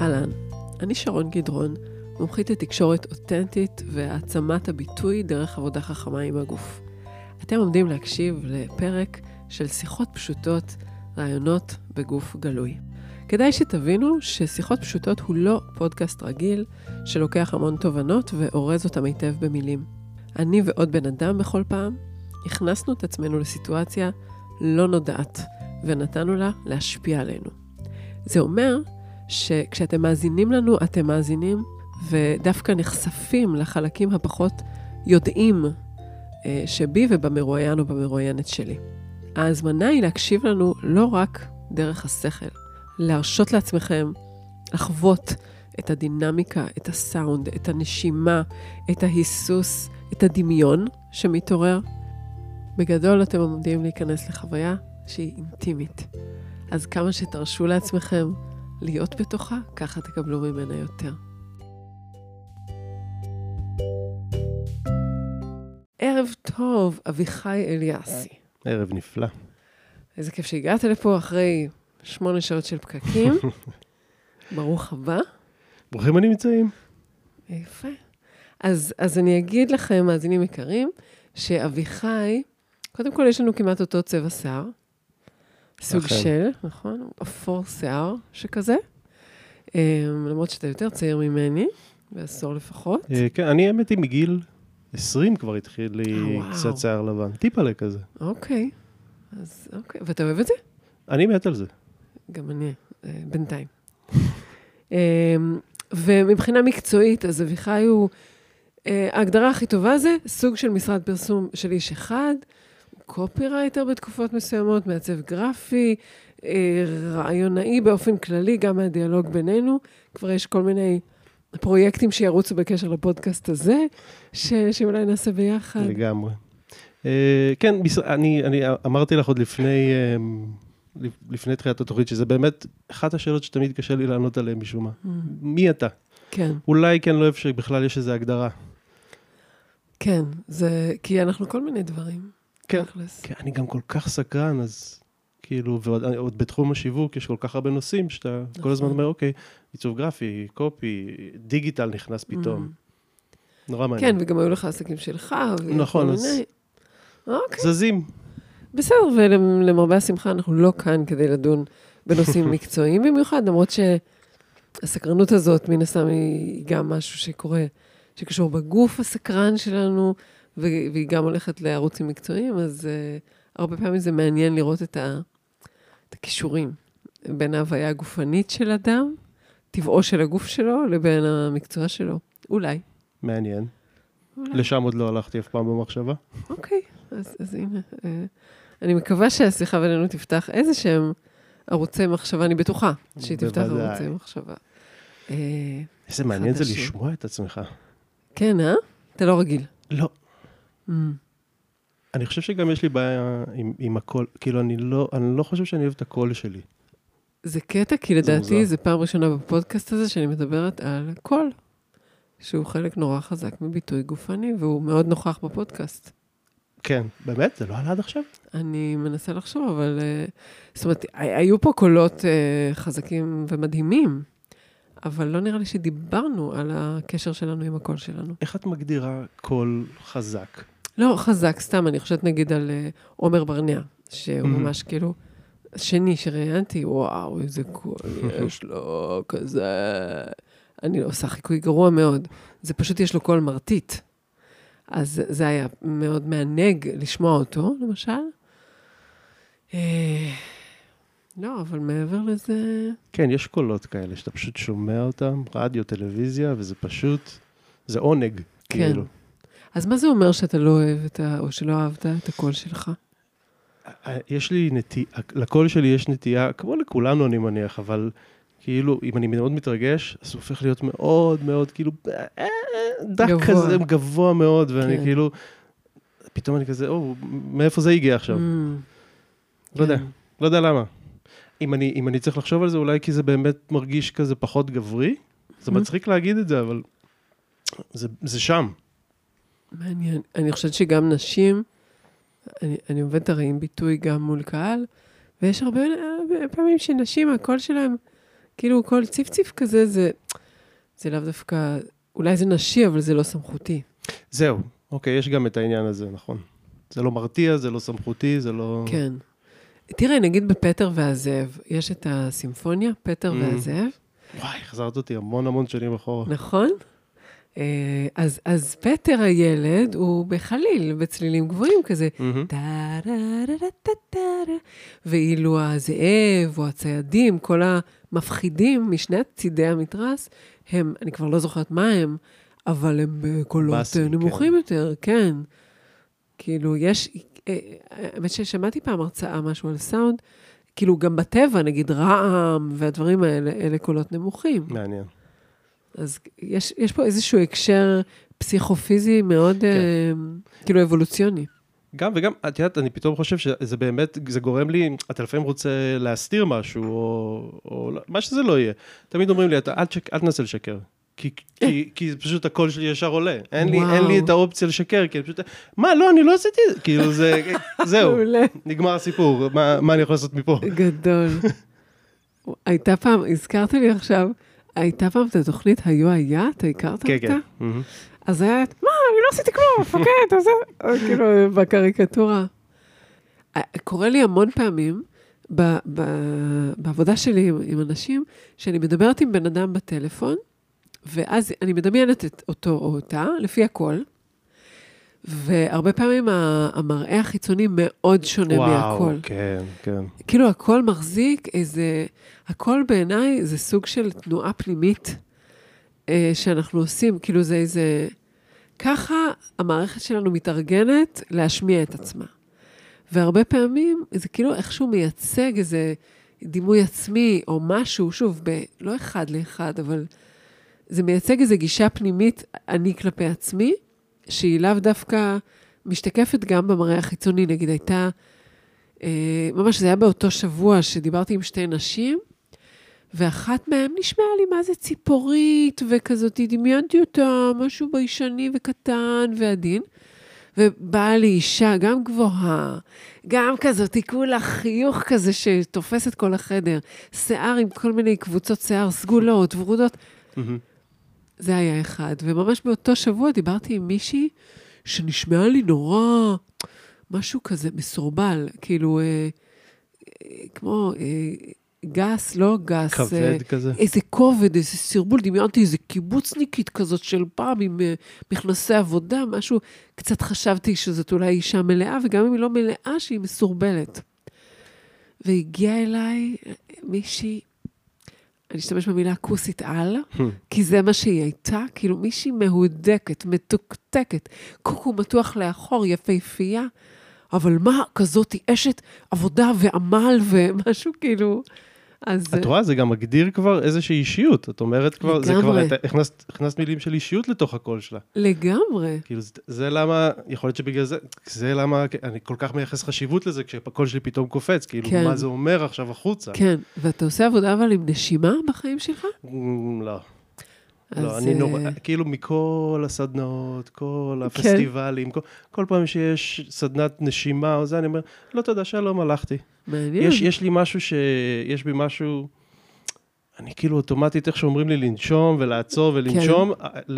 אהלן, אני שרון גדרון, מומחית לתקשורת אותנטית והעצמת הביטוי דרך עבודה חכמה עם הגוף. אתם עומדים להקשיב לפרק של שיחות פשוטות, רעיונות בגוף גלוי. כדאי שתבינו ששיחות פשוטות הוא לא פודקאסט רגיל שלוקח המון תובנות ואורז אותם היטב במילים. אני ועוד בן אדם בכל פעם הכנסנו את עצמנו לסיטואציה לא נודעת ונתנו לה להשפיע עלינו. זה אומר שכשאתם מאזינים לנו, אתם מאזינים ודווקא נחשפים לחלקים הפחות יודעים שבי ובמרואיין או במרואיינת שלי. ההזמנה היא להקשיב לנו לא רק דרך השכל, להרשות לעצמכם לחוות את הדינמיקה, את הסאונד, את הנשימה, את ההיסוס, את הדמיון שמתעורר. בגדול אתם עומדים להיכנס לחוויה שהיא אינטימית. אז כמה שתרשו לעצמכם להיות בתוכה, ככה תקבלו ממנה יותר. ערב טוב, אביחי אליאסי. ערב נפלא. איזה כיף שהגעת לפה אחרי 8 שעות של פקקים. ברוך הבא. ברוכים הנמצאים. יפה. אז אני אגיד לכם, מאזינים יקרים, שאביחי, קודם כל יש לנו כמעט אותו צבע שיער, סוג של, נכון? אפור שיער שכזה. למרות שאתה יותר צעיר ממני, בעשור לפחות. כן, אני האמת מגיל 20 כבר התחיל לי קצת שיער לבן. טיפה כזה. אוקיי. אז אוקיי. ואתה אוהב את זה? אני מת על זה. גם אני, בינתיים. ומבחינה מקצועית, אז אביחי הוא, ההגדרה הכי טובה זה סוג של משרד פרסום של איש אחד, קופירייטר בתקופות מסוימות, מעצב גרפי, רעיונאי באופן כללי, גם מהדיאלוג בינינו. כבר יש כל מיני פרויקטים שירוצו בקשר לפודקאסט הזה, שאולי נעשה ביחד. לגמרי. כן, אני אמרתי לך עוד לפני תחילת התוכנית, שזה באמת אחת השאלות שתמיד קשה לי לענות עליהן משום מה. מי אתה? כן. אולי כן לא אוהב שבכלל יש איזו הגדרה. כן, זה, כי אנחנו כל מיני דברים. כן, אני גם כל כך סקרן, אז כאילו, ועוד בתחום השיווק יש כל כך הרבה נושאים, שאתה כל הזמן אומר, אוקיי, עיצוב גרפי, קופי, דיגיטל נכנס פתאום. נורא מעניין. כן, וגם היו לך עסקים שלך. נכון, אז זזים. בסדר, ולמרבה השמחה אנחנו לא כאן כדי לדון בנושאים מקצועיים במיוחד, למרות שהסקרנות הזאת מן הסתם היא גם משהו שקורה, שקשור בגוף הסקרן שלנו, והיא גם הולכת לערוצים מקצועיים, אז הרבה פעמים זה מעניין לראות את הכישורים בין ההוויה הגופנית של אדם, טבעו של הגוף שלו, לבין המקצוע שלו. אולי. מעניין. לשם עוד לא הלכתי אף פעם במחשבה. אוקיי, אז הנה. אני מקווה שהשיחה בינינו תפתח איזה שהם ערוצי מחשבה, אני בטוחה שהיא תפתח ערוצי מחשבה. איזה מעניין זה לשמוע את עצמך. כן, אתה לא רגיל. לא. אני חושב שגם יש לי בעיה עם הקול, כאילו אני לא חושב שאני אוהב את הקול שלי. זה קטע, כי לדעתי זה פעם ראשונה בפודקאסט הזה שאני מדברת על קול, שהוא חלק נורא חזק מביטוי גופני, והוא מאוד נוכח בפודקאסט. כן, באמת? זה לא עלה עד עכשיו? אני מנסה לחשוב, אבל זאת אומרת, היו פה קולות חזקים ומדהימים, אבל לא נראה לי שדיברנו על הקשר שלנו עם הקול שלנו. איך את מגדירה קול חזק? לא, חזק, סתם, אני חושבת נגיד על עומר ברנע, שהוא ממש כאילו, שני שראיינתי, וואו, איזה קול יש לו, כזה, אני לא עושה חיקוי גרוע מאוד, זה פשוט יש לו קול מרטיט. אז זה היה מאוד מענג לשמוע אותו, למשל. לא, אבל מעבר לזה... כן, יש קולות כאלה, שאתה פשוט שומע אותם, רדיו, טלוויזיה, וזה פשוט, זה עונג, כאילו. אז מה זה אומר שאתה לא אוהב או שלא אהבת את הקול שלך? יש לי נטייה, לקול שלי יש נטייה, כמו לכולנו אני מניח, אבל כאילו, אם אני מאוד מתרגש, אז הוא הופך להיות מאוד מאוד, כאילו, דק כזה, גבוה מאוד, ואני כאילו, פתאום אני כזה, מאיפה זה הגיע עכשיו? לא יודע למה. אם אני צריך לחשוב על זה, אולי כי זה באמת מרגיש כזה פחות גברי, זה מצחיק להגיד את זה, אבל זה שם. מעניין. אני חושבת שגם נשים, אני עובדת הרי עם ביטוי גם מול קהל, ויש הרבה פעמים שנשים, הקול שלהם, כאילו כל ציף כזה, זה לאו דווקא, אולי זה נשי, אבל זה לא סמכותי. זהו, אוקיי, יש גם את העניין הזה, נכון. זה לא מרתיע, זה לא סמכותי, זה לא... כן. תראה, נגיד בפטר והזאב, יש את הסימפוניה, פטר והזאב. וואי, חזרת אותי המון שנים אחורה. נכון? אז פטר הילד הוא בחליל, בצלילים גבוהים כזה. ואילו הזאב או הציידים, כל המפחידים משני צידי המתרס, הם, אני כבר לא זוכרת מה הם, אבל הם בקולות נמוכים יותר, כן. כאילו, יש, האמת ששמעתי פעם הרצאה משהו על סאונד, כאילו גם בטבע, נגיד רעם והדברים האלה, אלה קולות נמוכים. מעניין. אז יש פה איזשהו הקשר פסיכופיזי מאוד, כאילו אבולוציוני. גם וגם, את יודעת, אני פתאום חושב שזה באמת, זה גורם לי, אתה לפעמים רוצה להסתיר משהו, או מה שזה לא יהיה. תמיד אומרים לי, אל תנסה לשקר. כי פשוט הקול שלי ישר עולה. אין לי את האופציה לשקר, כי פשוט, מה, לא, אני לא עשיתי, כאילו זהו, נגמר הסיפור, מה אני יכול לעשות מפה? גדול. הייתה פעם, הזכרת לי עכשיו, הייתה פעם את התוכנית היה, אתה הכרת אותה? כן. אז היה, מה, אני לא עשיתי כלום, מפקד, אז כאילו, בקריקטורה. קורה לי המון פעמים, בעבודה שלי עם אנשים, שאני מדברת עם בן אדם בטלפון, ואז אני מדמיינת אותו או אותה, לפי הכל, והרבה פעמים המראה החיצוני מאוד שונה מהכל. וואו, כן. כאילו הכל מחזיק איזה, הכל בעיניי זה סוג של תנועה פנימית שאנחנו עושים, כאילו זה איזה, ככה המערכת שלנו מתארגנת להשמיע את עצמה. והרבה פעמים זה כאילו איכשהו מייצג איזה דימוי עצמי או משהו, שוב, לא אחד לאחד, אבל זה מייצג איזו גישה פנימית, אני כלפי עצמי, שהיא לאו דווקא משתקפת גם במראה החיצוני. נגיד, הייתה, ממש זה היה באותו שבוע שדיברתי עם שתי נשים, ואחת מהן נשמעה לי מה זה ציפורית, וכזאת, דמיינתי אותה, משהו ביישני וקטן ועדין, ובאה לי אישה גם גבוהה, גם כזאת, כולה חיוך כזה שתופס את כל החדר, שיער עם כל מיני קבוצות שיער, סגולות, ורודות, זה היה אחד, וממש באותו שבוע דיברתי עם מישהי שנשמעה לי נורא, משהו כזה מסורבל, כאילו, כמו גס, לא גס. כבד כזה. איזה כובד, איזה סרבול, דמיינתי איזה קיבוצניקית כזאת של פעם עם מכנסי עבודה, משהו, קצת חשבתי שזאת אולי אישה מלאה, וגם אם היא לא מלאה, שהיא מסורבלת. והגיעה אליי מישהי, אני אשתמש במילה כוסית על, כי זה מה שהיא הייתה, כאילו מישהי מהודקת, מתוקתקת, קוקו מתוח לאחור, יפהפייה, אבל מה, כזאת אשת עבודה ועמל ומשהו כאילו, אז... את רואה, זה גם מגדיר כבר איזושהי אישיות, את אומרת כבר, זה כבר, הכנסת מילים של אישיות לתוך הקול שלה. לגמרי. כאילו, זה למה, יכול להיות שבגלל זה, זה למה אני כל כך מייחס חשיבות לזה, כשהקול שלי פתאום קופץ, כאילו, מה זה אומר עכשיו החוצה? כן, ואתה עושה עבודה אבל עם נשימה בחיים שלך? לא. לא, אני נורא, כאילו מכל הסדנאות, כל הפסטיבלים, כל פעם שיש סדנת נשימה או זה, אני אומר, לא תודה, שלום, הלכתי. מעניין. יש לי משהו יש בי משהו, אני כאילו אוטומטית איך שאומרים לי לנשום ולעצור ולנשום,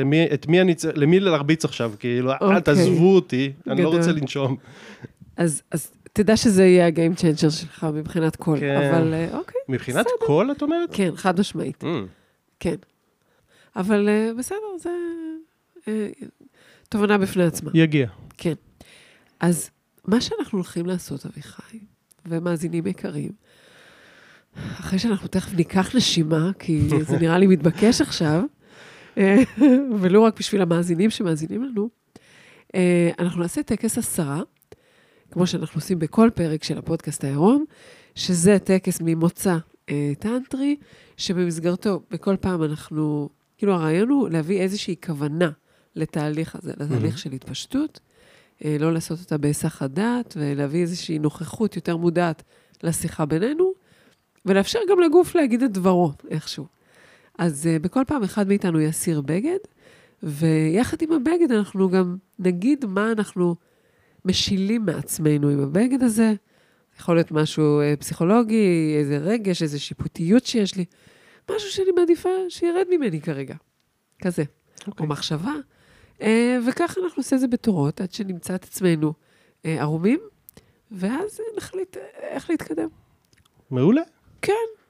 למי להרביץ עכשיו, כאילו, אל תעזבו אותי, אני לא רוצה לנשום. אז תדע שזה יהיה הגיים צ'יינג'ר שלך מבחינת קול, אבל אוקיי. מבחינת קול, את אומרת? כן, חד משמעית. כן. אבל בסדר, זה תובנה בפני עצמה. יגיע. כן. אז מה שאנחנו הולכים לעשות, אביחי, ומאזינים יקרים, אחרי שאנחנו תכף ניקח נשימה, כי זה נראה לי מתבקש עכשיו, ולא רק בשביל המאזינים שמאזינים לנו, אנחנו נעשה טקס 10, כמו שאנחנו עושים בכל פרק של הפודקאסט העירום, שזה טקס ממוצא טנטרי, שבמסגרתו בכל פעם אנחנו... כאילו הרעיון הוא להביא איזושהי כוונה לתהליך הזה, לתהליך של התפשטות, לא לעשות אותה בהיסח הדעת, ולהביא איזושהי נוכחות יותר מודעת לשיחה בינינו, ולאפשר גם לגוף להגיד את דברו איכשהו. אז בכל פעם אחד מאיתנו יסיר בגד, ויחד עם הבגד אנחנו גם נגיד מה אנחנו משילים מעצמנו עם הבגד הזה, יכול להיות משהו פסיכולוגי, איזה רגש, איזו שיפוטיות שיש לי, משהו שאני מעדיפה שירד ממני כרגע. כזה. או מחשבה. וככה אנחנו עושים את זה בתורות, עד שנמצא את עצמנו ערומים, ואז נחליט איך להתקדם. מעולה. כן.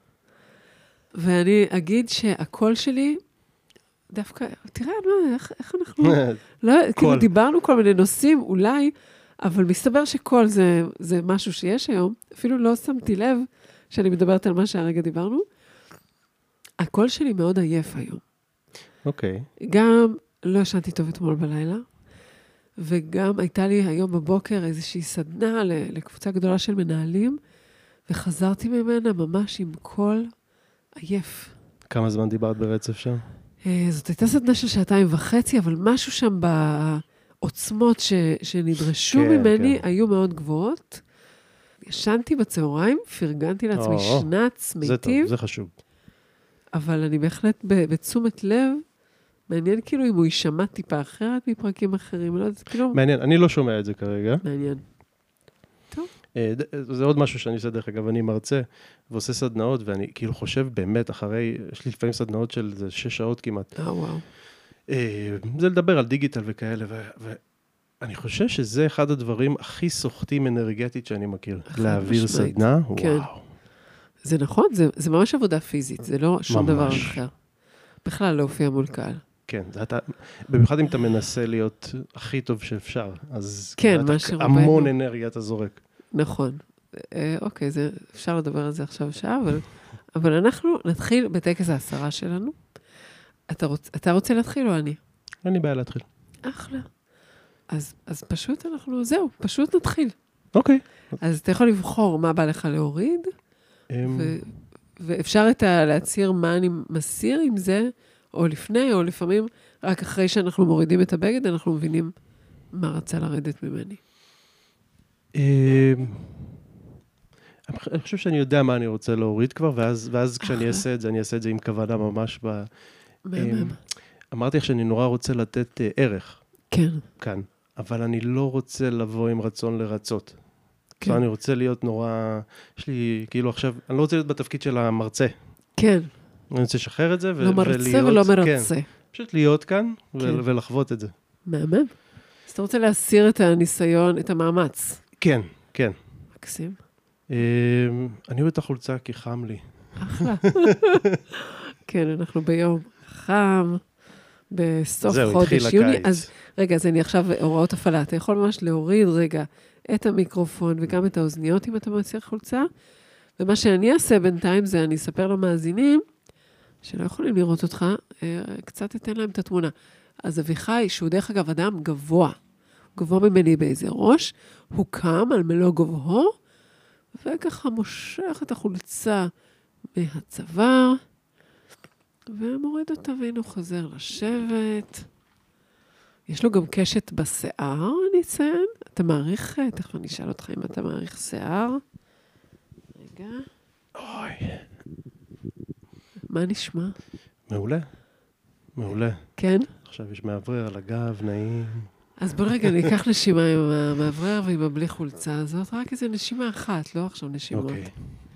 ואני אגיד שהקול שלי, דווקא, תראה, איך אנחנו... לא, כאילו דיברנו כל מיני נושאים, אולי, אבל מסתבר שקול זה משהו שיש היום, אפילו לא שמתי לב שאני מדברת על מה שהרגע דיברנו. הקול שלי מאוד עייף היום. אוקיי. גם לא ישנתי טוב אתמול בלילה, וגם הייתה לי היום בבוקר איזושהי סדנה לקבוצה גדולה של מנהלים, וחזרתי ממנה ממש עם קול עייף. כמה זמן דיברת ברצף שם? זאת הייתה סדנה של 2.5, אבל משהו שם בעוצמות שנדרשו ממני היו מאוד גבוהות. ישנתי בצהריים, פרגנתי לעצמי שנץ מיטיב. זה טוב, זה חשוב. אבל אני בהחלט בתשומת לב, מעניין כאילו אם הוא יישמע טיפה אחרת מפרקים אחרים, לא, זה כאילו... מעניין, אני לא שומע את זה כרגע. מעניין. טוב. זה עוד משהו שאני עושה דרך אגב, אני מרצה ועושה סדנאות, ואני כאילו חושב באמת אחרי, יש לי לפעמים סדנאות של 6 שעות כמעט. וואו. זה לדבר על דיגיטל וכאלה, ואני חושב שזה אחד הדברים הכי סוחטים אנרגטית שאני מכיר. להעביר סדנה, כן. וואו. זה נכון, זה ממש עבודה פיזית, זה לא שום דבר אחר. בכלל לא הופיע מול קהל. כן, במיוחד אם אתה מנסה להיות הכי טוב שאפשר, אז כן, המון אנרגיה אתה זורק. נכון. אוקיי, אפשר לדבר על זה עכשיו שעה, אבל אנחנו נתחיל בטקס העשרה שלנו. אתה רוצה להתחיל או אני? אין לי בעיה להתחיל. אחלה. אז פשוט זהו, פשוט נתחיל. אוקיי. אז אתה יכול לבחור מה בא לך להוריד, ואפשר להצהיר מה אני מסיר עם זה, או לפני, או לפעמים, רק אחרי שאנחנו מורידים את הבגד, אנחנו מבינים מה רצה לרדת ממני. אני חושב שאני יודע מה אני רוצה להוריד כבר, ואז כשאני אעשה את זה, אני אעשה את זה עם כוונה ממש אמרתי לך שאני נורא רוצה לתת ערך. כן. כאן. אבל אני לא רוצה לבוא עם רצון לרצות. כן. אני רוצה להיות נורא, יש לי כאילו עכשיו, אני לא רוצה להיות בתפקיד של המרצה. כן. אני רוצה לשחרר את זה לא מרצה ולא מרצה. פשוט להיות כאן ולחוות את זה. מהמם. אז אתה רוצה להסיר את הניסיון, את המאמץ. כן, כן. מקסים. אני אוהב את החולצה כי חם לי. אחלה. כן, אנחנו ביום חם, בסוף חודש יוני. אז רגע, אז אני עכשיו הוראות הפעלה. אתה יכול ממש להוריד רגע את המיקרופון וגם את האוזניות אם אתה מסיר חולצה. ומה שאני אעשה בינתיים זה אני אספר למאזינים, שלא יכולים לראות אותך, קצת אתן להם את התמונה. אז אביחי, שהוא דרך אגב אדם גבוה, גבוה ממני באיזה ראש, הוא קם על מלוא גובהו, וככה מושך את החולצה מהצוואר, ומוריד אותה והנה הוא חוזר לשבת. יש לו גם קשת בשיער, אני אציין. אתה מעריך, תכף אני אשאל אותך אם אתה מעריך שיער. רגע. אוי. מה נשמע? מעולה. מעולה. כן? עכשיו יש מעברר על הגב, נעים. אז בוא רגע, אני אקח נשימה עם המעברר ועם הבלי חולצה הזאת, רק איזו נשימה אחת, לא עכשיו נשימות. אוקיי.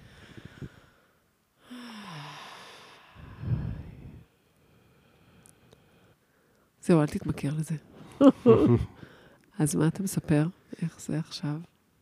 זהו, אל תתמכר לזה. אז מה אתה מספר? איך זה עכשיו?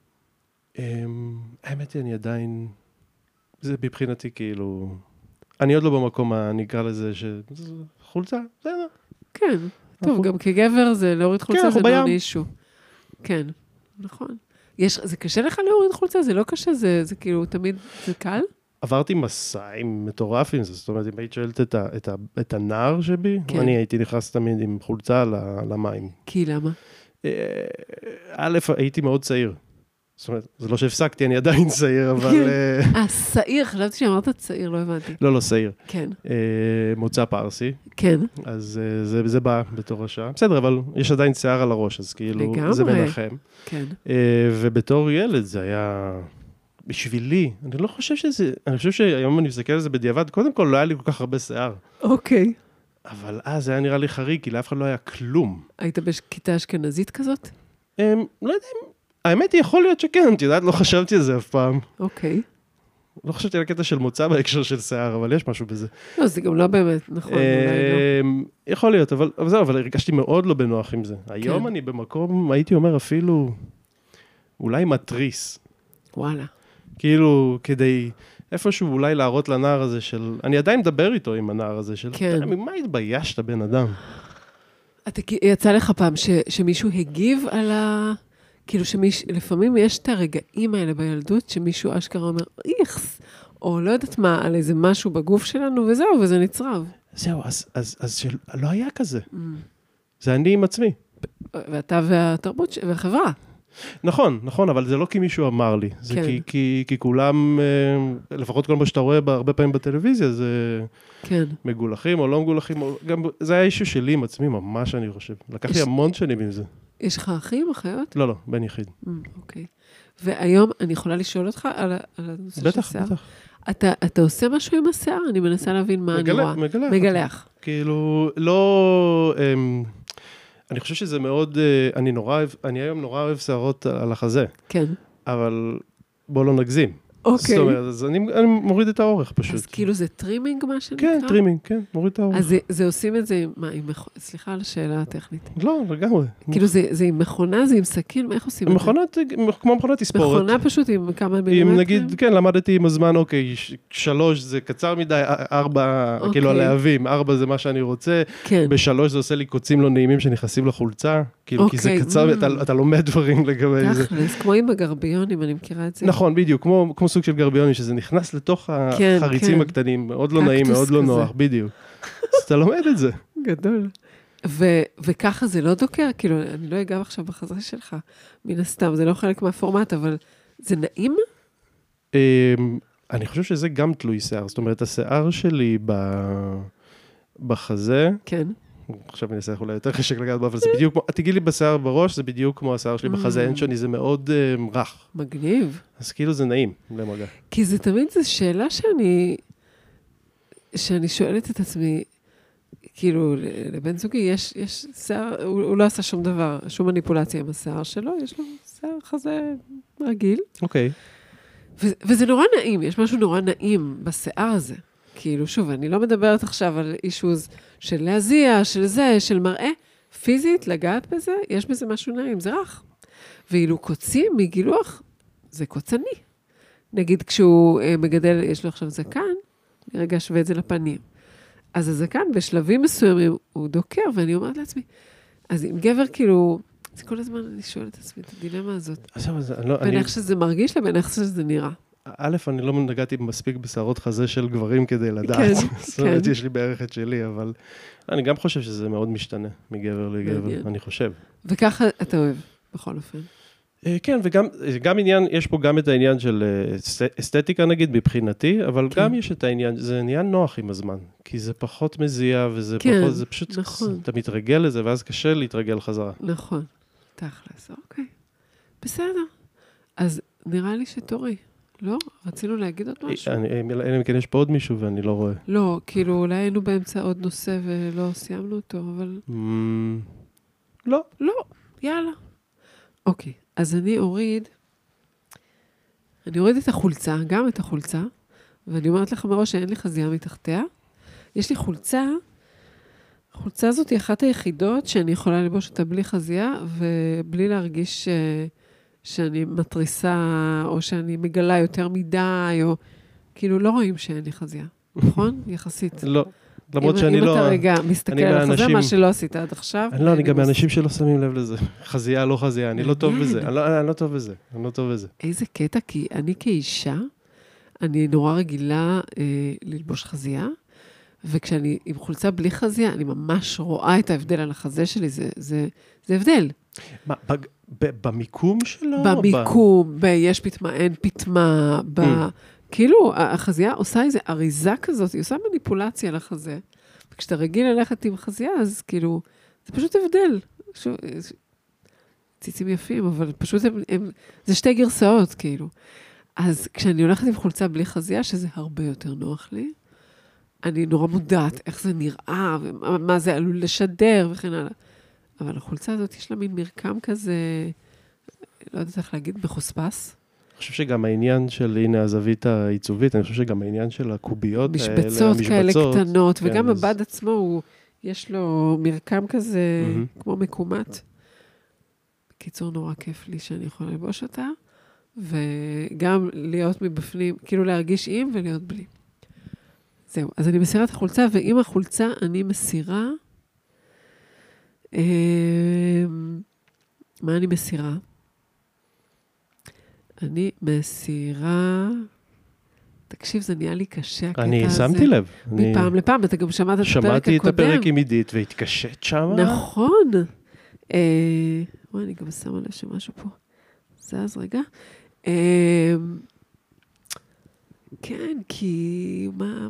האמת היא, אני עדיין... זה מבחינתי כאילו... אני עוד לא במקום, אני אקרא לזה חולצה, בסדר. כן, טוב, גם כגבר זה להוריד חולצה, זה לא נישהו. כן, נכון. זה קשה לך להוריד חולצה? זה לא קשה, זה כאילו תמיד, זה קל? עברתי מסעים מטורפים, זאת אומרת, אם היית שואלת את הנער שבי, אני הייתי נכנס תמיד עם חולצה למים. כי למה? א', הייתי מאוד צעיר. זאת אומרת, זה לא שהפסקתי, אני עדיין צעיר, אבל... צעיר, חשבתי שאמרת צעיר, לא הבנתי. לא, צעיר. כן. מוצא פרסי. כן. אז זה בא בתור השעה. בסדר, אבל יש עדיין שיער על הראש, אז כאילו, זה מנחם. כן. ובתור ילד זה היה... בשבילי, אני לא חושב שזה... אני חושב שהיום אני מסתכל על זה בדיעבד, קודם כל לא היה לי כל כך הרבה שיער. אוקיי. אבל אז זה היה נראה לי חריג, כי לאף אחד לא היה כלום. היית בכיתה אשכנזית כזאת? לא יודע, האמת היא יכול להיות שכן, את יודעת, לא חשבתי על זה אף פעם. אוקיי. לא חשבתי על הקטע של מוצא בהקשר של שיער, אבל יש משהו בזה. לא, זה גם לא באמת, נכון, אולי לא. יכול להיות, אבל זהו, אבל הרגשתי מאוד לא בנוח עם זה. היום אני במקום, הייתי אומר אפילו, אולי מטריס. וואלה. כאילו, כדי איפשהו אולי להראות לנער הזה של, אני עדיין מדבר איתו עם הנער הזה של, ממה התביישת בן אדם? יצא לך פעם שמישהו הגיב על כאילו לפעמים יש את הרגעים האלה בילדות, שמישהו אשכרה אומר, איכס, או לא יודעת מה, על איזה משהו בגוף שלנו, וזהו, וזה נצרב. זהו, אז לא היה כזה. זה אני עם עצמי. ואתה והתרבות והחברה. נכון, אבל זה לא כי מישהו אמר לי. זה כי כולם, לפחות כל מה שאתה רואה הרבה פעמים בטלוויזיה, זה מגולחים או לא מגולחים, זה היה אישו שלי עם עצמי, ממש אני חושב. לקח לי המון שנים עם זה. יש לך אחים, אחיות? לא, בן יחיד. אוקיי. והיום אני יכולה לשאול אותך על הנושא של שיער? בטח. אתה עושה משהו עם השיער? אני מנסה להבין מה אני רואה. מגלח. כאילו, לא... אני חושב שזה מאוד... אני היום נורא אוהב שערות על החזה. כן. אבל בוא לא נגזים. אוקיי. זאת אומרת, אז אני מוריד את האורך פשוט. אז כאילו זה טרימינג מה שנקרא? כן, טרימינג, כן, מוריד את האורך. אז זה עושים את זה, סליחה על השאלה הטכנית. לא, לגמרי. כאילו זה עם מכונה, זה עם סכין, איך עושים את זה? כמו מכונת תספורת. מכונה פשוט עם כמה מילימטרים? אם נגיד, כן, למדתי עם הזמן, אוקיי, 3 זה קצר מדי, 4, כאילו הלהבים, 4 זה מה שאני רוצה, ב3 זה עושה לי קוצים לא נעימים שנכנסים לחולצה, כאילו, כי זה קצר, אתה לומד דברים לגבי זה. תכלס, כמו עם הגרביונים, אני מכירה את זה. נכון, בדיוק, כמו סוג של גרביוני, שזה נכנס לתוך החריצים הקטנים, מאוד לא נעים, מאוד לא נוח, בדיוק. אז אתה לומד את זה. גדול. וככה זה לא דוקר, כאילו, אני לא אגב עכשיו בחזרה שלך, מן הסתם, זה לא חלק מהפורמט, אבל זה נעים? אני חושב שזה גם תלוי שיער, זאת אומרת, השיער שלי בחזה, כן. עכשיו אני אעשה אולי יותר חשק לגעת בו, אבל זה בדיוק כמו, תגידי לי בשיער בראש, זה בדיוק כמו השיער שלי בחזה, אין שני, זה מאוד רך. מגניב. אז כאילו זה נעים למגע. כי זה תמיד זו שאלה שאני שואלת את עצמי, כאילו, לבן זוגי יש שיער, הוא לא עשה שום דבר, שום מניפולציה עם השיער שלו, יש לו שיער חזה רגיל. אוקיי. וזה נורא נעים, יש משהו נורא נעים בשיער הזה. כאילו, שוב, אני לא מדברת עכשיו על אישוז של להזיע, של זה, של מראה. פיזית, לגעת בזה, יש בזה משהו נעים, זה רך. ואילו קוצים מגילוח, זה קוצני. נגיד, כשהוא מגדל, יש לו עכשיו זקן, אני רגע שווה את זה לפנים. אז הזקן, בשלבים מסוימים, הוא דוקר, ואני אומרת לעצמי, אז אם גבר, כאילו, זה כל הזמן אני שואלת את עצמי, את הדילמה הזאת. בין איך שזה מרגיש לבין איך שזה נראה. א', אני לא נגעתי מספיק בשערות חזה של גברים כדי לדעת. זאת אומרת, יש לי בערך את שלי, אבל אני גם חושב שזה מאוד משתנה מגבר לגבר, אני חושב. וככה אתה אוהב, בכל אופן. כן, וגם עניין, יש פה גם את העניין של אסתטיקה נגיד, מבחינתי, אבל גם יש את העניין, זה עניין נוח עם הזמן, כי זה פחות מזיע, וזה פחות, זה פשוט, אתה מתרגל לזה, ואז קשה להתרגל חזרה. נכון, תכלס, אוקיי. בסדר. אז נראה לי שתורי. לא? רצינו להגיד עוד משהו? אלא אם כן יש פה עוד מישהו ואני לא רואה. לא, כאילו אולי היינו באמצע עוד נושא ולא סיימנו אותו, אבל... לא. לא, יאללה. אוקיי, אז אני אוריד את החולצה, גם את החולצה, ואני אומרת לך מראש שאין לי חזייה מתחתיה. יש לי חולצה, החולצה הזאת היא אחת היחידות שאני יכולה ללבוש אותה בלי חזייה, ובלי להרגיש... שאני מטריסה, או שאני מגלה יותר מדי, או כאילו לא רואים שאין לי חזייה, נכון? יחסית. לא, למרות שאני לא... אם אתה רגע מסתכל על החזה, מה שלא עשית עד עכשיו. לא, אני גם מאנשים שלא שמים לב לזה. חזייה, לא חזייה, אני לא טוב בזה. אני לא טוב בזה. איזה קטע, כי אני כאישה, אני נורא רגילה ללבוש חזייה, וכשאני עם חולצה בלי חזייה, אני ממש רואה את ההבדל על החזה שלי, זה הבדל. מה, במיקום שלו? במיקום, יש פתמה, אין פתמה, כאילו, החזייה עושה איזו אריזה כזאת, היא עושה מניפולציה לחזה, וכשאתה רגיל ללכת עם חזייה, אז כאילו, זה פשוט הבדל. ציצים יפים, אבל פשוט זה שתי גרסאות, כאילו. אז כשאני הולכת עם חולצה בלי חזייה, שזה הרבה יותר נוח לי, אני נורא מודעת איך זה נראה, ומה זה עלול לשדר וכן הלאה. אבל החולצה הזאת יש לה מין מרקם כזה, לא יודעת איך להגיד, מחוספס. אני חושב שגם העניין של, הנה הזווית העיצובית, אני חושב שגם העניין של הקוביות האלה, משבצות כאלה קטנות, כן, וגם הבד עצמו, יש לו מרקם כזה, כמו מקומת. בקיצור, נורא כיף לי שאני יכולה לבוש אותה, וגם להיות מבפנים, כאילו להרגיש עם ולהיות בלי. זהו, אז אני מסירה את החולצה, ועם החולצה אני מסירה, מה אני מסירה? אני מסירה, תקשיב, זה נהיה לי קשה, הקטע הזה. אני שמתי לב. מפעם לפעם, אתה גם שמעת את הפרק הקודם. שמעתי את הפרק עם עידית, והתקשת שם. נכון. וואי, אני גם שמה לב שמשהו פה. זז רגע. כן, כי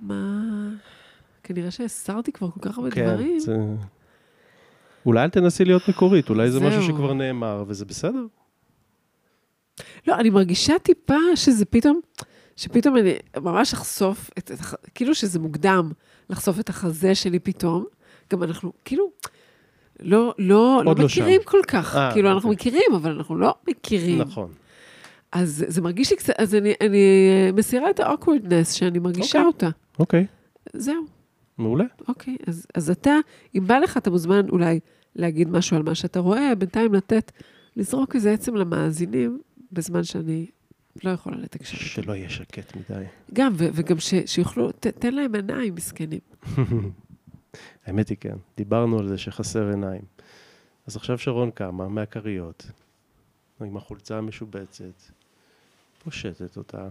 כנראה שהסרתי כבר כל כך הרבה דברים. אולי אל תנסי להיות מקורית, אולי זה משהו שכבר נאמר, וזה בסדר. לא, אני מרגישה טיפה שזה שפתאום אני ממש אחשוף, כאילו שזה מוקדם לחשוף את החזה שלי פתאום, גם אנחנו כאילו לא מכירים כל כך, כאילו אנחנו מכירים, אבל אנחנו לא מכירים. נכון. אז זה מרגיש לי קצת, אז אני מסירה את ה-awkwardness שאני מרגישה אותה. אוקיי. זהו. מעולה. אוקיי, אז אתה, אם בא לך, אתה מוזמן אולי להגיד משהו על מה שאתה רואה, בינתיים לזרוק איזה עצם למאזינים, בזמן שאני לא יכולה לתקשר. שלא יהיה שקט מדי. גם, וגם שיוכלו, תן להם עיניים, מסכנים. האמת היא כן, דיברנו על זה שחסר עיניים. אז עכשיו שרון קמה מהקריות, עם החולצה המשובצת, פושטת אותה,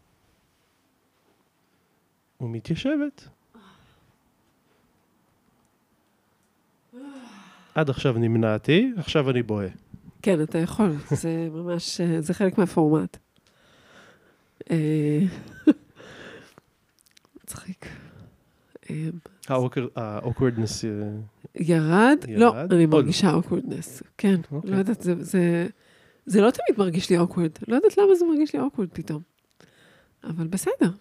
ומתיישבת. עד עכשיו נמנעתי, עכשיו אני בוהה. כן, אתה יכול, זה ממש, זה חלק מהפורמט. מצחיק. ה-awkwardness ירד? לא, אני מרגישה awkwardness. כן, לא יודעת, זה לא תמיד מרגיש לי awkward. לא יודעת למה זה מרגיש לי awkward פתאום. אבל בסדר.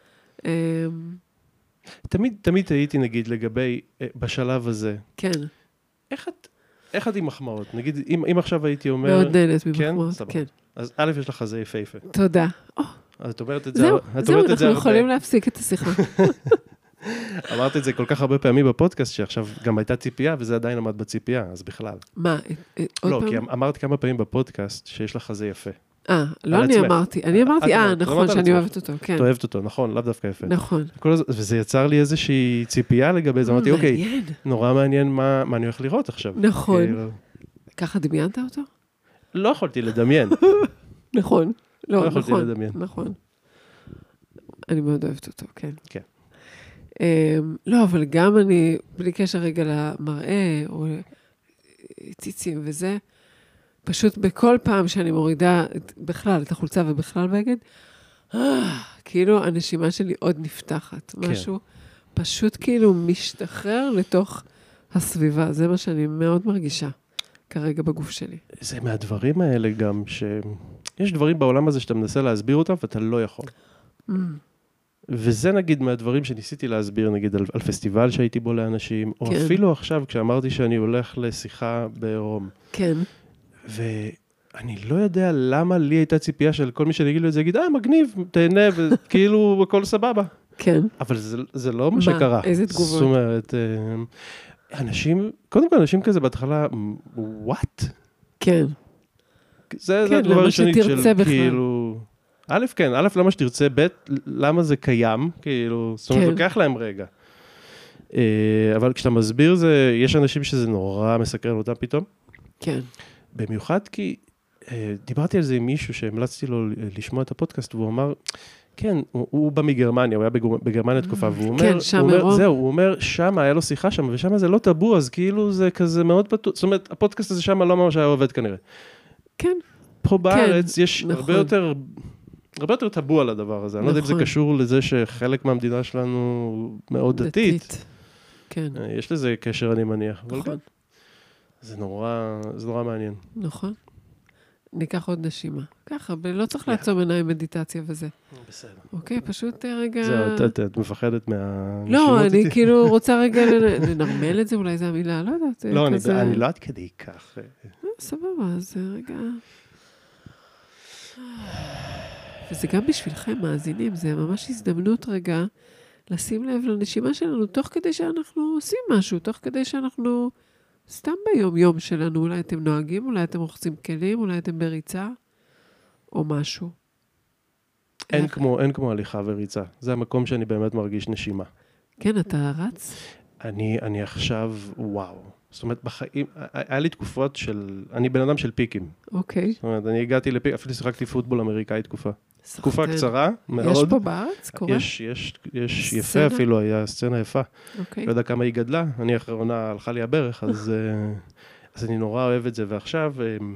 תמיד הייתי, נגיד, לגבי, בשלב הזה. כן. איך את עם מחמאות? נגיד, אם עכשיו הייתי אומר... מאוד נהנית ממחמאות, כן. אז א', יש לך זה יפה. תודה. אז את אומרת את זה... זהו, אנחנו יכולים להפסיק את השיחה. אמרת את זה כל כך הרבה פעמים בפודקאסט, שעכשיו גם הייתה ציפייה, וזה עדיין עמד בציפייה, אז בכלל. מה, עוד פעם? לא, כי אמרת כמה פעמים בפודקאסט שיש לך זה יפה. לא אני אמרתי. אני אמרתי, נכון, שאני אוהבת אותו, כן. את אוהבת אותו, נכון, לאו דווקא יפה. נכון. וזה יצר לי איזושהי ציפייה לגבי זה, אמרתי, אוקיי, נורא מעניין מה אני הולך לראות עכשיו. נכון. ככה דמיינת אותו? לא יכולתי לדמיין. נכון. לא יכולתי לדמיין. נכון. אני מאוד אוהבת אותו, כן. כן. לא, אבל גם אני, בלי קשר רגע למראה, או ציצים וזה, פשוט בכל פעם שאני מורידה בכלל את החולצה ובכלל בגד, כאילו הנשימה שלי עוד נפתחת. משהו פשוט כאילו משתחרר לתוך הסביבה. זה מה שאני מאוד מרגישה כרגע בגוף שלי. זה מהדברים האלה גם, שיש דברים בעולם הזה שאתה מנסה להסביר אותם, ואתה לא יכול. וזה נגיד מהדברים שניסיתי להסביר, נגיד על פסטיבל שהייתי בו לאנשים, או אפילו עכשיו כשאמרתי שאני הולך לשיחה ברום. כן. ואני לא יודע למה לי הייתה ציפייה של כל מי שאני אגיד לו את זה, יגיד, מגניב, תהנה, וכאילו הכל סבבה. כן. אבל זה לא מה שקרה. איזה תגובות? זאת אומרת, קודם כל אנשים כזה בהתחלה, what? כן. זה התגובה הראשונית של כאילו... כן, למה שתרצה, ב', למה זה קיים, כאילו, זאת אומרת, לוקח להם רגע. אבל כשאתה מסביר זה, יש אנשים שזה נורא מסקרן אותם פתאום. כן. במיוחד כי, דיברתי על זה עם מישהו שהמלצתי לו לשמוע את הפודקאסט, והוא אמר, כן, הוא בא מגרמניה, הוא היה בגרמניה תקופה, והוא אומר, זהו, הוא אומר, שם היה לו שיחה שם, ושם זה לא טאבו, אז כאילו זה כזה מאוד פתוח, זאת אומרת, הפודקאסט הזה שם לא ממש היה עובד כנראה. כן. פה בארץ יש הרבה יותר טאבו על הדבר הזה. אני לא יודע אם זה קשור לזה שחלק מהמדינה שלנו מאוד דתית. כן. יש לזה קשר, אני מניח. נכון. זה נורא מעניין. נכון. ניקח עוד נשימה. ככה, לא צריך לעצום עיניים מדיטציה וזה. בסדר. אוקיי, פשוט רגע... זהו, את מפחדת מהנשימות? לא, אני כאילו רוצה רגע לנרמל את זה, אולי זו המילה, לא יודעת. לא, אני לא עד כדי כך. סבבה, אז רגע... וזה גם בשבילכם, מאזינים, זה ממש הזדמנות רגע לשים לב לנשימה שלנו, תוך כדי שאנחנו עושים משהו, תוך כדי שאנחנו סתם ביום-יום שלנו, אולי אתם נוהגים, אולי אתם רוחצים כלים, אולי אתם בריצה, או משהו. אין כמו הליכה וריצה. זה המקום שאני באמת מרגיש נשימה. כן, אתה רץ? אני עכשיו, וואו. זאת אומרת, בחיים, היה לי תקופות של, אני בן אדם של פיקים. אוקיי. זאת אומרת, אני הגעתי לפיק, אפילו שיחקתי פוטבול אמריקאי תקופה קצרה מאוד. יש פה בארץ? קורה? יש יפה אפילו, היה סצנה יפה. אוקיי. לא יודע כמה היא גדלה, אני אחרונה הלכה לי הברך, אז אני נורא אוהב את זה, ועכשיו,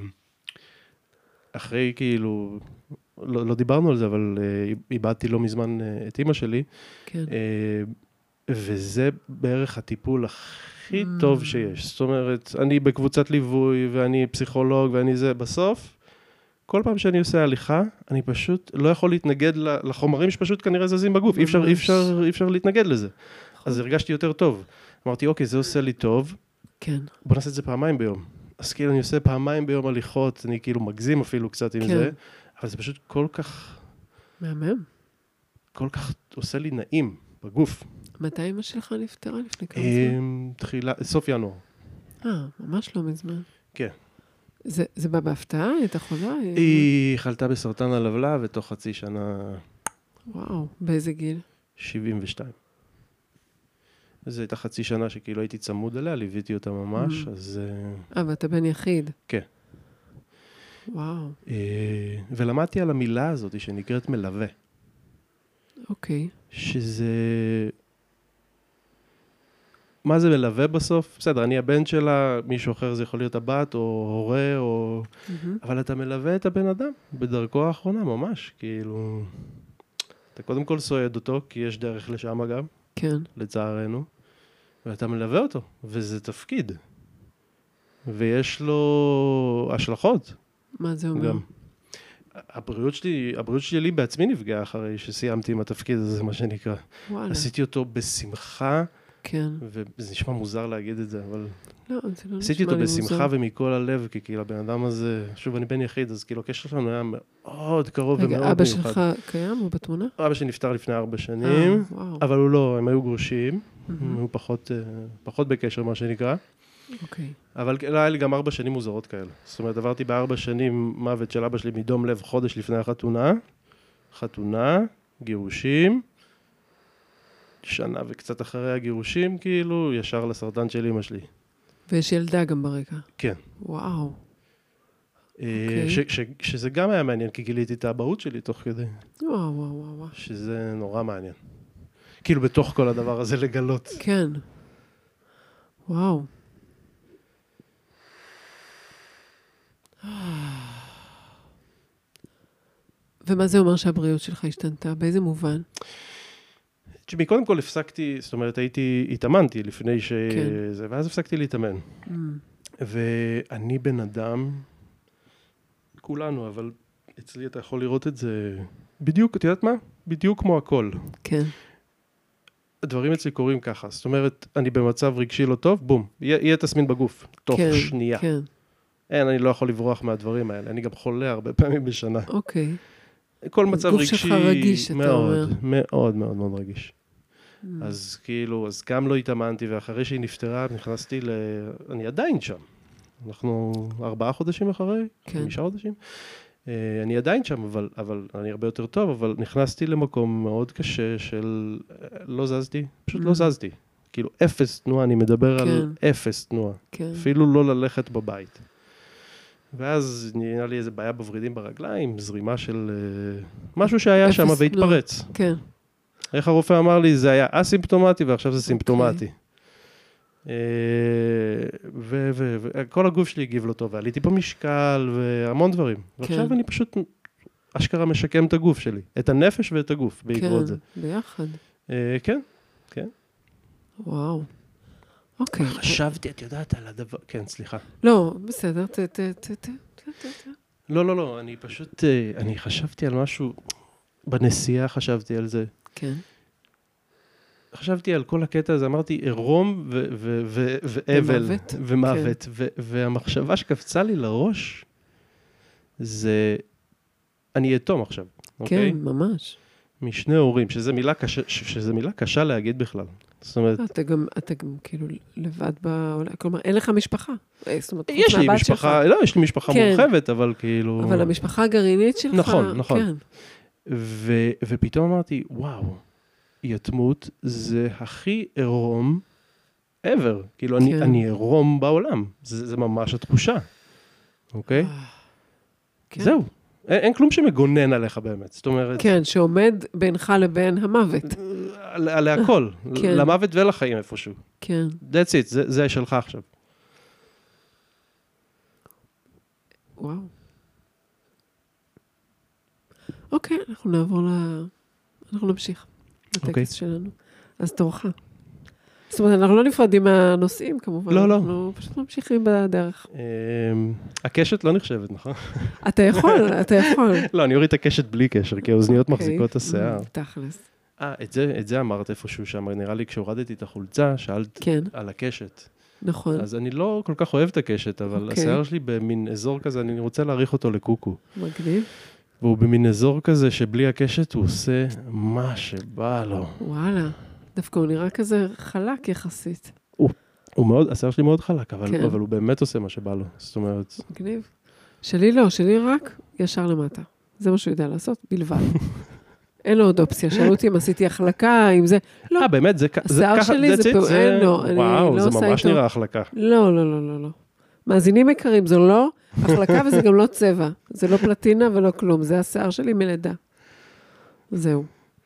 אחרי כאילו, לא דיברנו על זה, אבל איבדתי לא מזמן את אמא שלי, כן. וזה בערך הטיפול הכי טוב שיש. זאת אומרת, אני בקבוצת ליווי, ואני פסיכולוג, ואני זה, בסוף, כל פעם שאני עושה הליכה, אני פשוט לא יכול להתנגד לחומרים שפשוט כנראה זזים בגוף. אי אפשר להתנגד לזה. אז הרגשתי יותר טוב. אמרתי, אוקיי, זה עושה לי טוב. כן. בוא נעשה את זה פעמיים ביום. אז כאילו אני עושה פעמיים ביום הליכות, אני כאילו מגזים אפילו קצת עם זה, אבל זה פשוט כל כך... מהמם. כל כך עושה לי נעים בגוף. מתי אמא שלך נפטרה לפני כמה זמן? סוף ינואר. ממש לא מזמן. כן. זה בא בהפתעה? הייתה חולה? היא חלתה בסרטן הלבלב, ותוך חצי שנה... וואו, באיזה גיל? 72. זו הייתה חצי שנה שכאילו הייתי צמוד אליה, ליוויתי אותה ממש, אז... ואתה בן יחיד. כן. וואו. ולמדתי על המילה הזאת שנקראת מלווה. אוקיי. שזה... מה זה מלווה בסוף? בסדר, אני הבן שלה, מישהו אחר זה יכול להיות הבת או הורה, או... אבל אתה מלווה את הבן אדם בדרכו האחרונה, ממש. כאילו... אתה קודם כל סועד אותו, כי יש דרך לשם גם. כן. לצערנו. ואתה מלווה אותו, וזה תפקיד. ויש לו השלכות. מה זה אומר? גם. הבריאות שלי בעצמי נפגעה אחרי שסיימתי עם התפקיד הזה, מה שנקרא. וואלה. עשיתי אותו בשמחה, כן. וזה נשמע מוזר להגיד את זה, אבל... לא, זה לא נשמע לי מוזר. עשיתי אותו בשמחה ומכל הלב, כי כאילו הבן אדם הזה, שוב, אני בן יחיד, אז כאילו הקשר שלנו היה מאוד קרוב ומאוד מיוחד. רגע, אבא שלך קיים או בתמונה? אבא שלי נפטר לפני 4 שנים, אבל הוא לא, הם היו גרושים, הם היו פחות בקשר, מה שנקרא. אוקיי. אבל היה לי גם 4 שנים מוזרות כאלה. זאת אומרת, עברתי ב4 שנים מוות של אבא שלי מדום לב חודש לפני החתונה, גירושים, שנה וקצת אחרי הגירושים, כאילו, ישר לסרטן של אמא שלי. ויש ילדה גם ברקע. כן. וואו. שזה גם היה מעניין, כי גיליתי את האבהות שלי תוך כדי. וואו. שזה נורא מעניין. כאילו, בתוך כל הדבר הזה לגלות. כן. וואו. ומה זה אומר שהבריאות שלך השתנתה? באיזה מובן? תשמעי, קודם כל הפסקתי, זאת אומרת, התאמנתי לפני שזה, ואז הפסקתי להתאמן. ואני בן אדם, כולנו, אבל אצלי אתה יכול לראות את זה בדיוק, את יודעת מה? בדיוק כמו הכל. כן. הדברים אצלי קורים ככה, זאת אומרת, אני במצב רגשי לא טוב, בום, יהיה תסמין בגוף, תוך שנייה. כן. אני לא יכול לברוח מהדברים האלה, אני גם חולה הרבה פעמים בשנה. אוקיי. כל מצב רגשי... גוף שלך רגיש, אתה אומר. מאוד, מאוד, מאוד רגיש. אז כאילו, אז גם לא התאמנתי, ואחרי שהיא נפטרה, נכנסתי אני עדיין שם. אנחנו 4 חודשים אחרי, 5 חודשים. אני עדיין שם, אבל אני הרבה יותר טוב, אבל נכנסתי למקום מאוד קשה של לא זזתי, פשוט לא זזתי. כאילו, 0 תנועה, אני מדבר על 0 תנועה. אפילו לא ללכת בבית. ואז נהיה לי איזו בעיה בוורידים ברגליים, זרימה של משהו שהיה שם והתפרץ. כן. איך הרופא אמר לי, זה היה אסימפטומטי ועכשיו זה סימפטומטי. וכל הגוף שלי הגיב לו טוב, ועליתי במשקל והמון דברים. ועכשיו אני פשוט אשכרה משקם את הגוף שלי, את הנפש ואת הגוף בעקבות זה. כן, ביחד. כן. וואו. אוקיי. חשבתי, את יודעת על הדבר... כן, סליחה. לא, בסדר, לא, אני פשוט... אני חשבתי על משהו... בנסיעה חשבתי על זה. כן. חשבתי על כל הקטע הזה, אמרתי, עירום ואבל ומוות. והמחשבה שקפצה לי לראש, זה... אני אתום עכשיו. אוקיי? כן, ממש. משני הורים, שזה מילה קשה להגיד בכלל. זאת אומרת... אתה גם כאילו לבד בעולם, כלומר, אין לך משפחה. זאת אומרת, יש לי משפחה, לא, יש לי משפחה מורחבת, אבל כאילו... אבל המשפחה הגרעינית שלך... נכון, נכון. ופתאום אמרתי, וואו, יתמות זה הכי עירום ever. כאילו, אני עירום בעולם. זה ממש התחושה. אוקיי? זהו. אין כלום שמגונן עליך באמת. זאת אומרת... כן, שעומד בינך לבין המוות. להכל. למוות ולחיים איפשהו. כן. That's it. זה שלך עכשיו. וואו. אוקיי, אנחנו נעבור אנחנו נמשיך. הטקסט שלנו. אז תורך. זאת אומרת, אנחנו לא נפרדים מהנושאים, כמובן. לא, לא. אנחנו פשוט ממשיכים בדרך. הקשת לא נחשבת, נכון? אתה יכול. לא, אני אוריד את הקשת בלי קשר, כי האוזניות מחזיקות את השיער. תכלס. את זה אמרת איפשהו שם, נראה לי כשהורדתי את החולצה, שאלת על הקשת. נכון. אז אני לא כל כך אוהב את הקשת, אבל השיער שלי במין אזור כזה, אני רוצה להעריך אותו לקוקו. מגניב. והוא במין אזור כזה שבלי הקשת הוא עושה מה שבא לו. וואלה. דווקא הוא נראה כזה חלק יחסית. הוא מאוד, השיער שלי מאוד חלק, אבל הוא באמת עושה מה שבא לו. זאת אומרת... מגניב. שלי לא, שלי רק ישר למטה. זה מה שהוא יודע לעשות, בלבד. אין לו עוד אופציה. שאלו אותי אם עשיתי החלקה, אם זה... לא. באמת, זה ככה... השיער שלי זה פה, אין לו. וואו, זה ממש נראה החלקה. לא. מאזינים יקרים, זו לא החלקה וזה גם לא צבע. זה לא פלטינה ולא כלום. זה השיער שלי מלידה. זהו.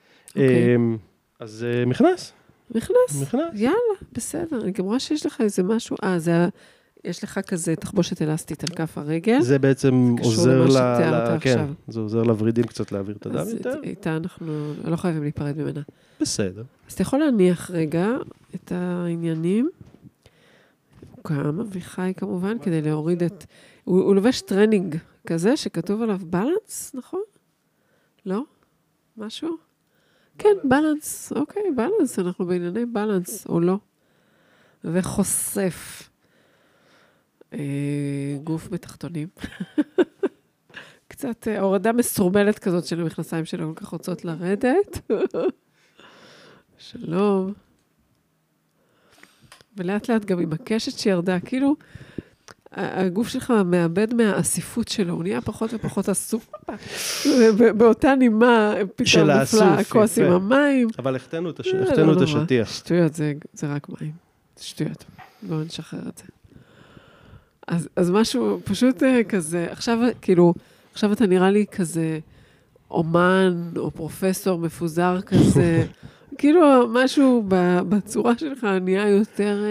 אז מכנס. מכנס. יאללה, בסדר. אני גם רואה שיש לך איזה משהו. יש לך כזה תחבושת אלסטית על כף הרגל. זה בעצם עוזר כן, זה עוזר לוורידים קצת להעביר את הדם יותר. איתה אנחנו לא חייבים להיפרד ממנה. בסדר. אז אתה יכול להניח רגע את העניינים. הוא קם, אביחי כמובן, כדי להוריד את... הוא לובש טרנינג כזה שכתוב עליו בלנס, נכון? לא? משהו? כן, בלנס. אוקיי, בלנס. אנחנו בענייני בלנס, או לא. וחושף. גוף בתחתונים. קצת הורדה מסורבלת כזאת של המכנסיים שלו, כל כך רוצות לרדת. שלום. ולאט לאט גם עם הקשת שירדה, כאילו, הגוף שלך מאבד מהאסיפות שלו, הוא נהיה פחות ופחות אסוף. באותה נימה, פתאום נפלה הכוס עם המים. אבל החתנו את השטיח. שטויות, זה רק מים. שטויות. בואו נשחרר את זה. אז משהו פשוט כזה, עכשיו אתה נראה לי כזה אומן או פרופסור מפוזר כזה, כאילו משהו בצורה שלך נהיה יותר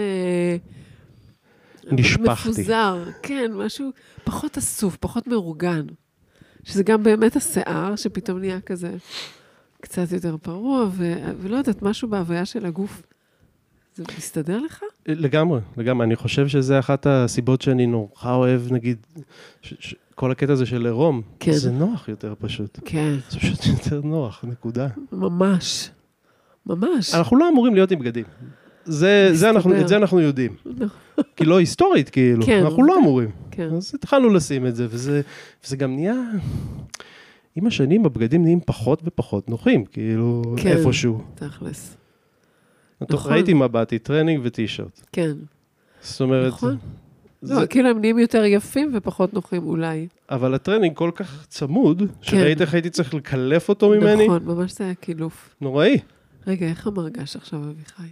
נשפחתי. מפוזר, כן, משהו פחות אסוף, פחות מאורגן, שזה גם באמת השיער שפתאום נהיה כזה קצת יותר פרוע, ולא יודעת, משהו בהוויה של הגוף, זה מסתדר לך? לגמרי. אני חושב שזה אחת הסיבות שאני נורא אוהב, נגיד, כל הקטע הזה של עירום, זה נוח יותר פשוט. כן. זה פשוט יותר נוח, נקודה. ממש. אנחנו לא אמורים להיות עם בגדים. את זה אנחנו יודעים. כי לא היסטורית, כאילו. אנחנו לא אמורים. אז התחלנו לשים את זה, וזה גם נהיה... עם השנים, הבגדים נהיים פחות ופחות נוחים, כאילו, איפשהו. תכלס. ראיתי מבטי, טרנינג וטי-שירט. כן. זאת אומרת... נכון. לא, כאילו הם נהיים יותר יפים ופחות נוחים אולי. אבל הטרנינג כל כך צמוד, שראית איך הייתי צריך לקלף אותו ממני. נכון, ממש זה היה קילוף. נוראי. רגע, איך המרגש עכשיו, אביחי?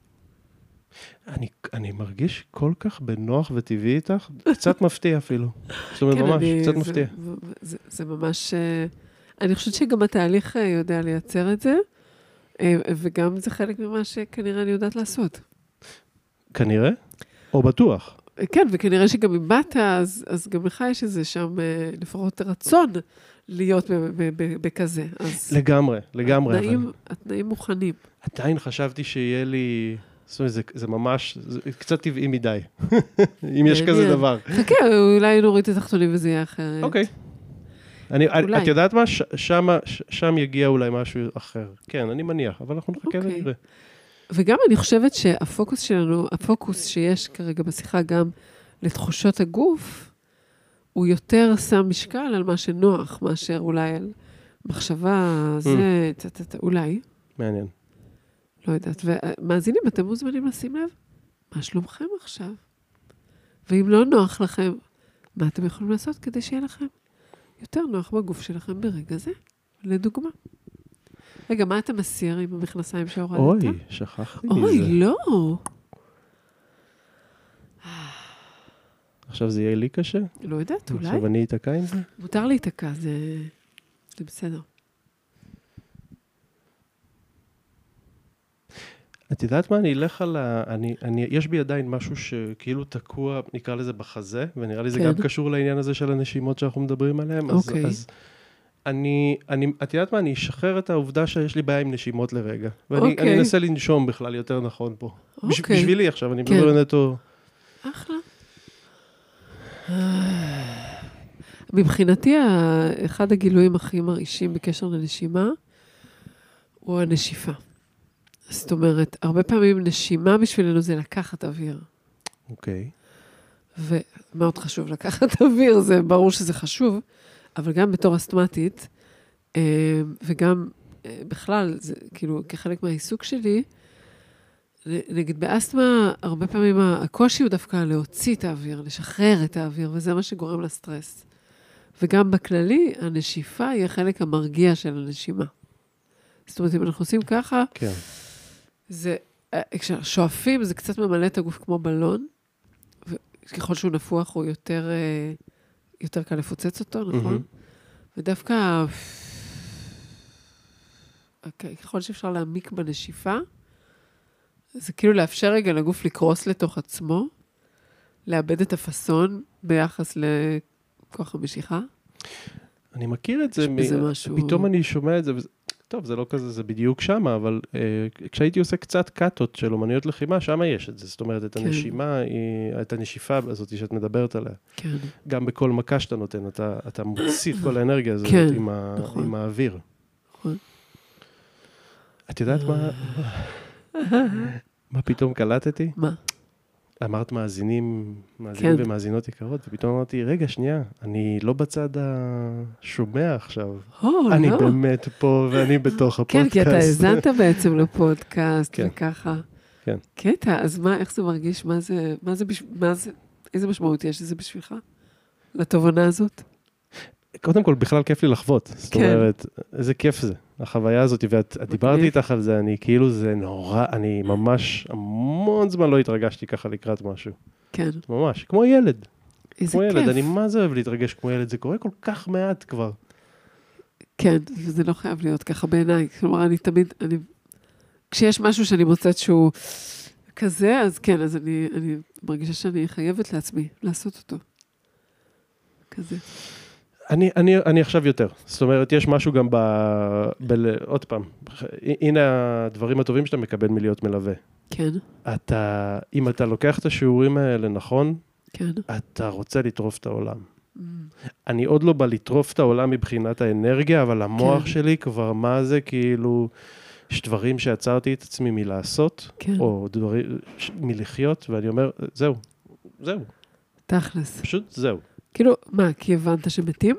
אני מרגיש כל כך בנוח וטבעי איתך, קצת מפתיע אפילו. זאת אומרת, ממש, קצת מפתיע. זה ממש... אני חושבת שגם התהליך יודע לייצר את זה, וגם זה חלק ממה שכנראה אני יודעת לעשות. כנראה? או בטוח? כן, וכנראה שגם אם באת, אז גם לך יש איזה שם לפחות רצון להיות בכזה. לגמרי. התנאים מוכנים. עדיין חשבתי שיהיה לי... זאת אומרת, זה ממש, זה קצת טבעי מדי, אם יש כזה דבר. חכה, אולי נוריד את התחתונים וזה יהיה אחרת. אוקיי. את יודעת מה? שם יגיע אולי משהו אחר. כן, אני מניח, אבל אנחנו נחכה ונראה. וגם אני חושבת שהפוקוס שלנו, הפוקוס שיש כרגע בשיחה גם לתחושות הגוף, הוא יותר שם משקל על מה שנוח, מאשר אולי על מחשבה, זה, אולי. מעניין. לא יודעת. ומאזינים, אתם מוזמנים לשים לב? מה שלומכם עכשיו? ואם לא נוח לכם, מה אתם יכולים לעשות כדי שיהיה לכם יותר נוח בגוף שלכם ברגע זה? לדוגמה. רגע, מה אתה מסיר עם המכנסיים שהורדת? אוי, שכחתי מזה. אוי, לא. עכשיו זה יהיה לי קשה? לא יודעת, אולי. עכשיו אני אתקע עם זה? מותר להתקע, זה בסדר. את יודעת מה? אני אלך על יש בי עדיין משהו שכאילו תקוע, נקרא לזה בחזה, ונראה לי זה גם קשור לעניין הזה של הנשימות שאנחנו מדברים עליהן. אוקיי. אז את יודעת מה? אני אשחרר את העובדה שיש לי בעיה עם נשימות לרגע. ואני אנסה לנשום בכלל יותר נכון פה. בשבילי עכשיו, אני מדבר נטו. אחלה. מבחינתי, אחד הגילויים הכי מרעישים בקשר לנשימה, הוא הנשיפה. זאת אומרת, הרבה פעמים נשימה בשבילנו זה לקחת אוויר. אוקיי. ומאוד חשוב לקחת אוויר, זה ברור שזה חשוב, אבל גם בתור אסתמטית, וגם בכלל, זה כאילו כחלק מהעיסוק שלי, נגיד באסתמה, הרבה פעמים הקושי הוא דווקא להוציא את האוויר, לשחרר את האוויר, וזה מה שגורם לסטרס. וגם בכללי, הנשיפה היא החלק המרגיע של הנשימה. זאת אומרת, אם אנחנו עושים ככה, כן. כששואפים, זה קצת ממלא את הגוף כמו בלון, וככל שהוא נפוח, הוא יותר קל לפוצץ אותו, נכון? ודווקא, ככל שאפשר להעמיק בנשיפה, זה כאילו לאפשר רגע לגוף לקרוס לתוך עצמו, לאבד את הפסון ביחס לכוח המשיכה. אני מכיר את זה, פתאום אני שומע את זה, טוב, זה לא כזה, זה בדיוק שמה, אבל כשהייתי עושה קצת קאטות של אומנויות לחימה, שמה יש את זה. זאת אומרת, את הנשימה, את הנשיפה הזאת שאת מדברת עליה. כן. גם בכל מכה שאתה נותן, אתה מוציא את כל האנרגיה הזאת עם האוויר. נכון. את יודעת מה פתאום קלטתי? מה? אמרת מאזינים ומאזינות יקרות, ופתאום אמרתי, רגע, שנייה, אני לא בצד השומע עכשיו. אני באמת פה ואני בתוך הפודקאסט. כן, כי אתה הזנת בעצם לפודקאסט וככה. כן. קטע, אז מה, איך זה מרגיש? איזה משמעות יש לזה בשבילך? לתובנה הזאת? קודם כל, בכלל כיף לי לחוות. זאת אומרת, איזה כיף זה, החוויה הזאת, ואת דיברתי איתך על זה, אני כאילו זה נורא, אני ממש המון זמן לא התרגשתי ככה לקראת משהו. כן. ממש, כמו ילד. איזה כמו כיף. ילד, אני מה זה אוהב להתרגש כמו ילד, זה קורה כל כך מעט כבר. כן, זה לא חייב להיות ככה בעיניי. כלומר, אני תמיד, כשיש משהו שאני מוצאת שהוא כזה, אז כן, אז אני מרגישה שאני חייבת לעצמי לעשות אותו. כזה. אני עכשיו יותר. זאת אומרת, יש משהו גם עוד פעם, הנה הדברים הטובים שאתה מקבל מלהיות מלווה. כן. אם אתה לוקח את השיעורים האלה נכון, כן. אתה רוצה לטרוף את העולם. אני עוד לא בא לטרוף את העולם מבחינת האנרגיה, אבל המוח שלי כבר מה זה כאילו, יש דברים שעצרתי את עצמי מלעשות, או דברים מלחיות, ואני אומר, זהו. תכלס. פשוט זהו. כאילו, מה, כי הבנת שמתים?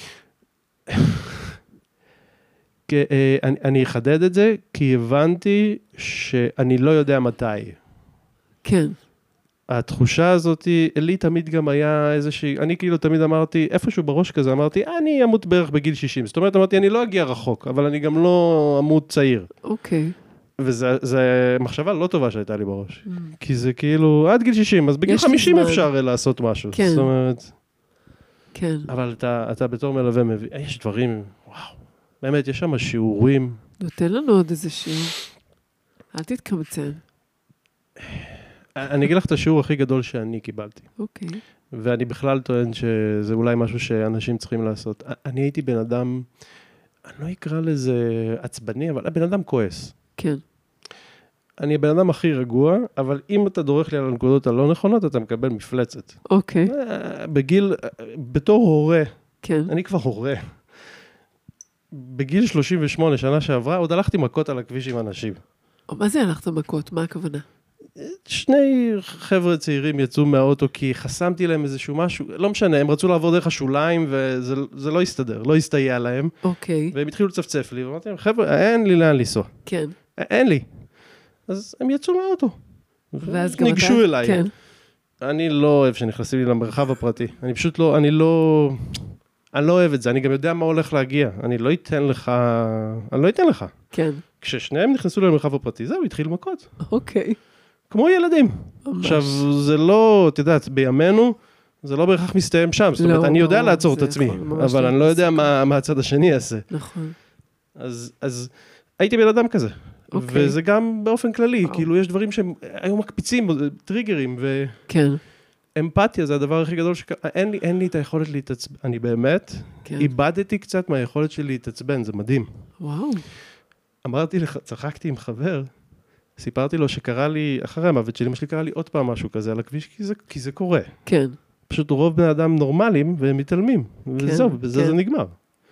אני אחדד את זה, כי הבנתי שאני לא יודע מתי. כן. התחושה הזאת, לי תמיד גם היה איזושהי, אני כאילו תמיד אמרתי, איפשהו בראש כזה, אמרתי, אני אמות בערך בגיל 60. זאת אומרת, אמרתי, אני לא אגיע רחוק, אבל אני גם לא אמות צעיר. אוקיי. וזו מחשבה לא טובה שהייתה לי בראש. כי זה כאילו, עד גיל 60, אז בגיל 50 אפשר לעשות משהו. כן. זאת אומרת... כן. אבל אתה בתור מלווה מביא, יש דברים, וואו, באמת, יש שם שיעורים. נותן לנו עוד איזה שיעור. אל תתקמצן. אני אגיד לך את השיעור הכי גדול שאני קיבלתי. אוקיי. ואני בכלל טוען שזה אולי משהו שאנשים צריכים לעשות. אני הייתי בן אדם, אני לא אקרא לזה עצבני, אבל בן אדם כועס. כן. אני הבן אדם הכי רגוע, אבל אם אתה דורך לי על הנקודות הלא נכונות, אתה מקבל מפלצת. אוקיי. בתור הורה, כן. אני כבר הורה. בגיל 38, שנה שעברה, עוד הלכתי מכות על הכביש עם אנשים. מה זה הלכת מכות? מה הכוונה? שני חבר'ה צעירים יצאו מהאוטו, כי חסמתי להם איזשהו משהו, לא משנה, הם רצו לעבור דרך השוליים, וזה לא הסתדר, לא הסתייע להם. אוקיי. והם התחילו לצפצף לי, ואמרתי להם, חבר'ה, אין לי לאן לנסוע. כן. אין לי. אז הם יצאו מהאוטו. ואז גם ניגשו אליי. כן. אני לא אוהב שנכנסים לי למרחב הפרטי. אני פשוט לא, אני לא אוהב את זה. אני גם יודע מה הולך להגיע. אני לא אתן לך. כן. כששניהם נכנסו למרחב הפרטי, זהו, התחיל מכות. אוקיי. כמו ילדים. ממש. עכשיו, זה לא, את יודעת, בימינו, זה לא בהכרח מסתיים שם. זאת אומרת, אני יודע לעצור את עצמי, אבל אני לא יודע מה הצד השני יעשה. נכון. אז הייתי בן אדם כזה. וזה גם באופן כללי, כאילו יש דברים שהם היו מקפיצים, טריגרים, כן. אמפתיה זה הדבר הכי גדול אין לי את היכולת להתעצבן, אני באמת איבדתי קצת מהיכולת שלי להתעצבן, זה מדהים. וואו. אמרתי לך, צחקתי עם חבר, סיפרתי לו שקרה לי, אחרי המוות שלי, אמא שלי קרה לי עוד פעם משהו כזה על הכביש, כי זה קורה. כן. פשוט רוב בני אדם נורמליים והם מתעלמים, וזהו, בזה זה נגמר.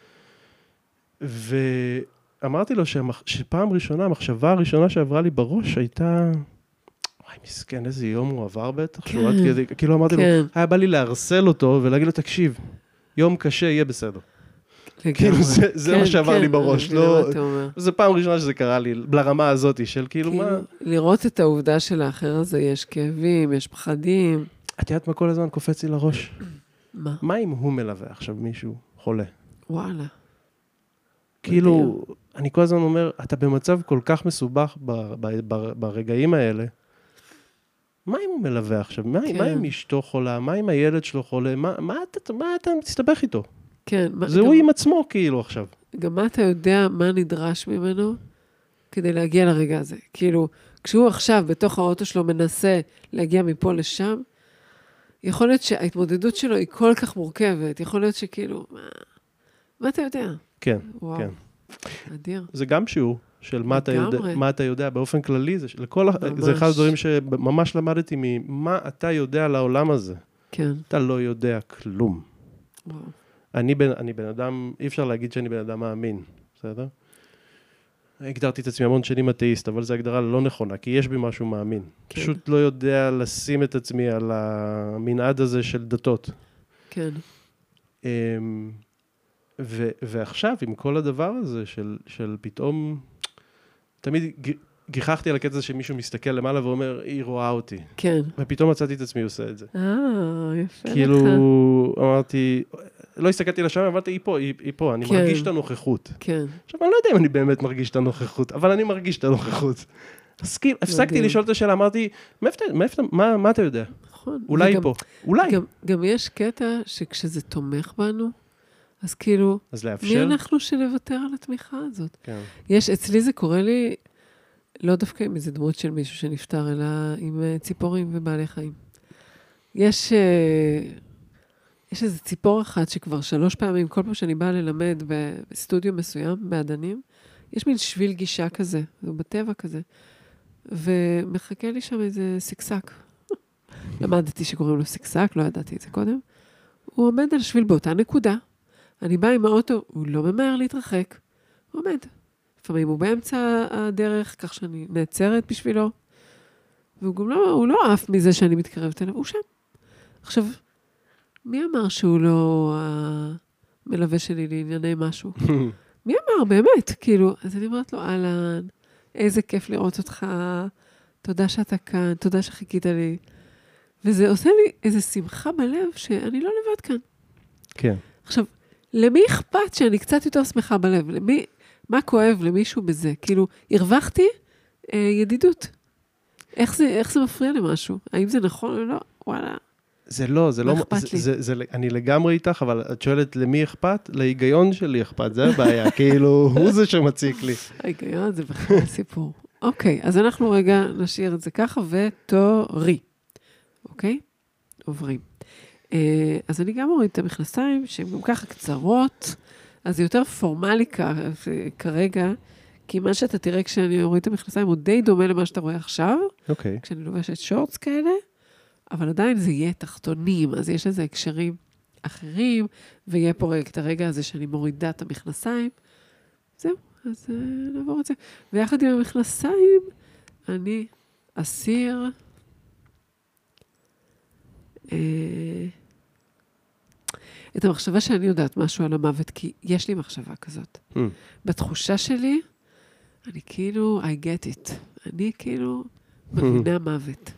אמרתי לו שפעם ראשונה, המחשבה הראשונה שעברה לי בראש הייתה, וואי, מסכן, איזה יום הוא עבר בטח, כאילו אמרתי לו, היה בא לי להרסל אותו ולהגיד לו, תקשיב, יום קשה יהיה בסדר. כאילו זה מה שעבר לי בראש, זה פעם ראשונה שזה קרה לי, לרמה הזאת של כאילו מה... לראות את העובדה של האחר הזה, יש כאבים, יש פחדים. את יודעת מה כל הזמן קופץ לי לראש? מה? מה אם הוא מלווה עכשיו מישהו חולה? וואלה. כאילו, אני כל הזמן אומר, אתה במצב כל כך מסובך ברגעים האלה, מה אם הוא מלווה עכשיו? מה אם אשתו חולה? מה אם הילד שלו חולה? מה אתה מסתבך איתו? כן. זה הוא עם עצמו כאילו עכשיו. גם מה אתה יודע מה נדרש ממנו כדי להגיע לרגע הזה? כאילו, כשהוא עכשיו בתוך האוטו שלו מנסה להגיע מפה לשם, יכול להיות שההתמודדות שלו היא כל כך מורכבת, יכול להיות שכאילו, מה אתה יודע? כן, וואו. כן. אדיר. זה גם שיעור של מה אתה יודע באופן כללי, זה אחד הדברים שממש למדתי ממה אתה יודע על העולם הזה. כן. אתה לא יודע כלום. וואו. אני בן אדם, אי אפשר להגיד שאני בן אדם מאמין, בסדר? הגדרתי את עצמי המון שנים אתאיסט, אבל זו הגדרה לא נכונה, כי יש בי משהו מאמין. כן. פשוט לא יודע לשים את עצמי על המנעד הזה של דתות. כן. ועכשיו, עם כל הדבר הזה של פתאום, תמיד גיחכתי על הקטע הזה שמישהו מסתכל למעלה ואומר, היא רואה אותי. כן. ופתאום מצאתי את עצמי עושה את זה. יפה לך. כאילו, אמרתי, לא הסתכלתי לשם, אמרתי, היא פה, אני מרגיש את הנוכחות. כן. עכשיו, אני לא יודע אם אני באמת מרגיש את הנוכחות, אבל אני מרגיש את הנוכחות. אז כאילו, הפסקתי לשאול את השאלה, אמרתי, מה אתה יודע? נכון. אולי פה. אולי. גם יש קטע שכשזה תומך בנו, אז כאילו, מי אנחנו שנוותר על התמיכה הזאת? כן. אצלי זה קורה לי, לא דווקא עם איזה דמות של מישהו שנפטר, אלא עם ציפורים ובעלי חיים. יש איזה ציפור אחת שכבר 3 פעמים, כל פעם שאני באה ללמד בסטודיו מסוים, באדנים, יש מין שביל גישה כזה, בטבע כזה, ומחכה לי שם איזה סקסק. למדתי שקוראים לו סקסק, לא ידעתי את זה קודם. הוא עומד על שביל באותה נקודה, אני באה עם האוטו, הוא לא ממהר להתרחק, הוא עומד. לפעמים הוא באמצע הדרך, כך שאני נעצרת בשבילו, והוא גם לא עף מזה שאני מתקרבת אליו, הוא שם. עכשיו, מי אמר שהוא לא המלווה שלי לענייני משהו? מי אמר, באמת? כאילו, אז אני אומרת לו, אהלן, איזה כיף לראות אותך, תודה שאתה כאן, תודה שחיכית לי. וזה עושה לי איזו שמחה בלב שאני לא לבד כאן. כן. עכשיו, למי אכפת שאני קצת יותר שמחה בלב? מה כואב למישהו בזה? כאילו, הרווחתי ידידות. איך זה מפריע למשהו? האם זה נכון או לא? וואלה. זה לא, אני לגמרי איתך, אבל את שואלת למי אכפת? להיגיון שלי אכפת, זה הבעיה, כאילו, הוא זה שמציק לי. ההיגיון זה בכלל סיפור. אוקיי, אז אנחנו רגע נשאיר את זה ככה, ותורי. אוקיי? עוברים. אז אני גם אוריד את המכנסיים, שהן גם ככה קצרות, אז זה יותר פורמלי כרגע, כי מה שאתה תראה כשאני אוריד את המכנסיים, הוא די דומה למה שאתה רואה עכשיו, כשאני לובשת שורטס כאלה, אבל עדיין זה יהיה תחתונים, אז יש איזה הקשרים אחרים, ויהיה פה את הרגע הזה שאני מורידה את המכנסיים. זהו, אז נעבור את זה. ויחד עם המכנסיים, אני אסיר, את המחשבה שאני יודעת משהו על המוות, כי יש לי מחשבה כזאת. בתחושה שלי, אני כאילו, I get it. אני כאילו מבינה מוות.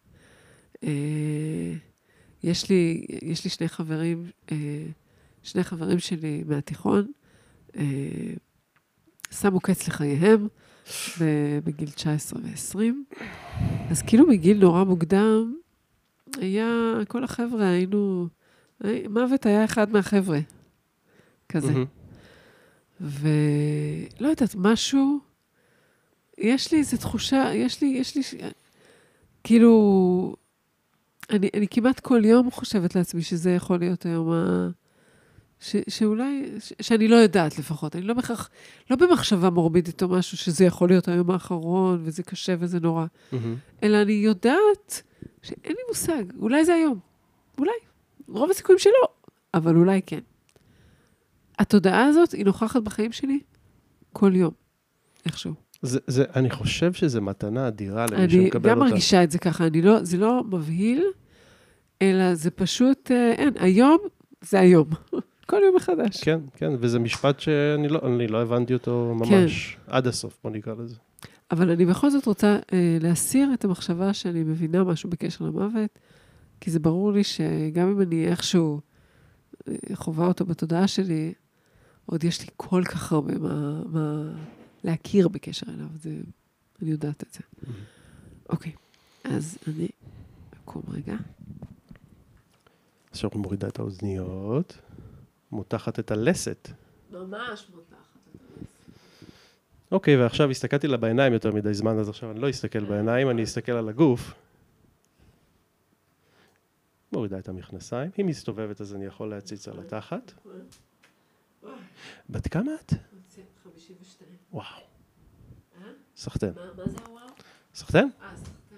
יש לי שני חברים שלי מהתיכון, שמו קץ לחייהם בגיל 19 ו-20. אז כאילו מגיל נורא מוקדם, כל החבר'ה היינו, מוות היה אחד מהחבר'ה, כזה. ולא יודעת, משהו, יש לי איזו תחושה, כאילו, אני כמעט כל יום חושבת לעצמי שזה יכול להיות היום, שאולי, שאני לא יודעת לפחות, אני לא במחשבה מורבידית או משהו, שזה יכול להיות היום האחרון, וזה קשה וזה נורא, אלא אני יודעת שאין לי מושג, אולי זה היום, אולי, רוב הסיכויים שלא, אבל אולי כן. התודעה הזאת היא נוכחת בחיים שלי כל יום, איכשהו. אני חושב שזה מתנה אדירה למי שמקבל אותה. אני גם מרגישה את זה ככה, זה לא מבהיל, אלא זה פשוט, אין, היום זה היום. כל יום מחדש. כן, כן, וזה משפט שאני לא הבנתי אותו ממש עד הסוף, בוא נקרא לזה. אבל אני בכל זאת רוצה להסיר את המחשבה שאני מבינה משהו בקשר למוות, כי זה ברור לי שגם אם אני איכשהו חובה אותו בתודעה שלי, עוד יש לי כל כך הרבה מה להכיר בקשר אליו, אני יודעת את זה. אוקיי, אז אני אקום רגע. עכשיו מורידה את האוזניות, מותחת את הלסת. ממש מותחת את הלסת. אוקיי, ועכשיו הסתכלתי לה בעיניים יותר מדי זמן, אז עכשיו אני לא אסתכל בעיניים, אני אסתכל על הגוף. מורידה את המכנסיים. אם מסתובבת, אז אני יכול להציץ על התחת. בת כמה את? 52. וואו. סחטן. מה זה הוואו? סחטן? סחטן,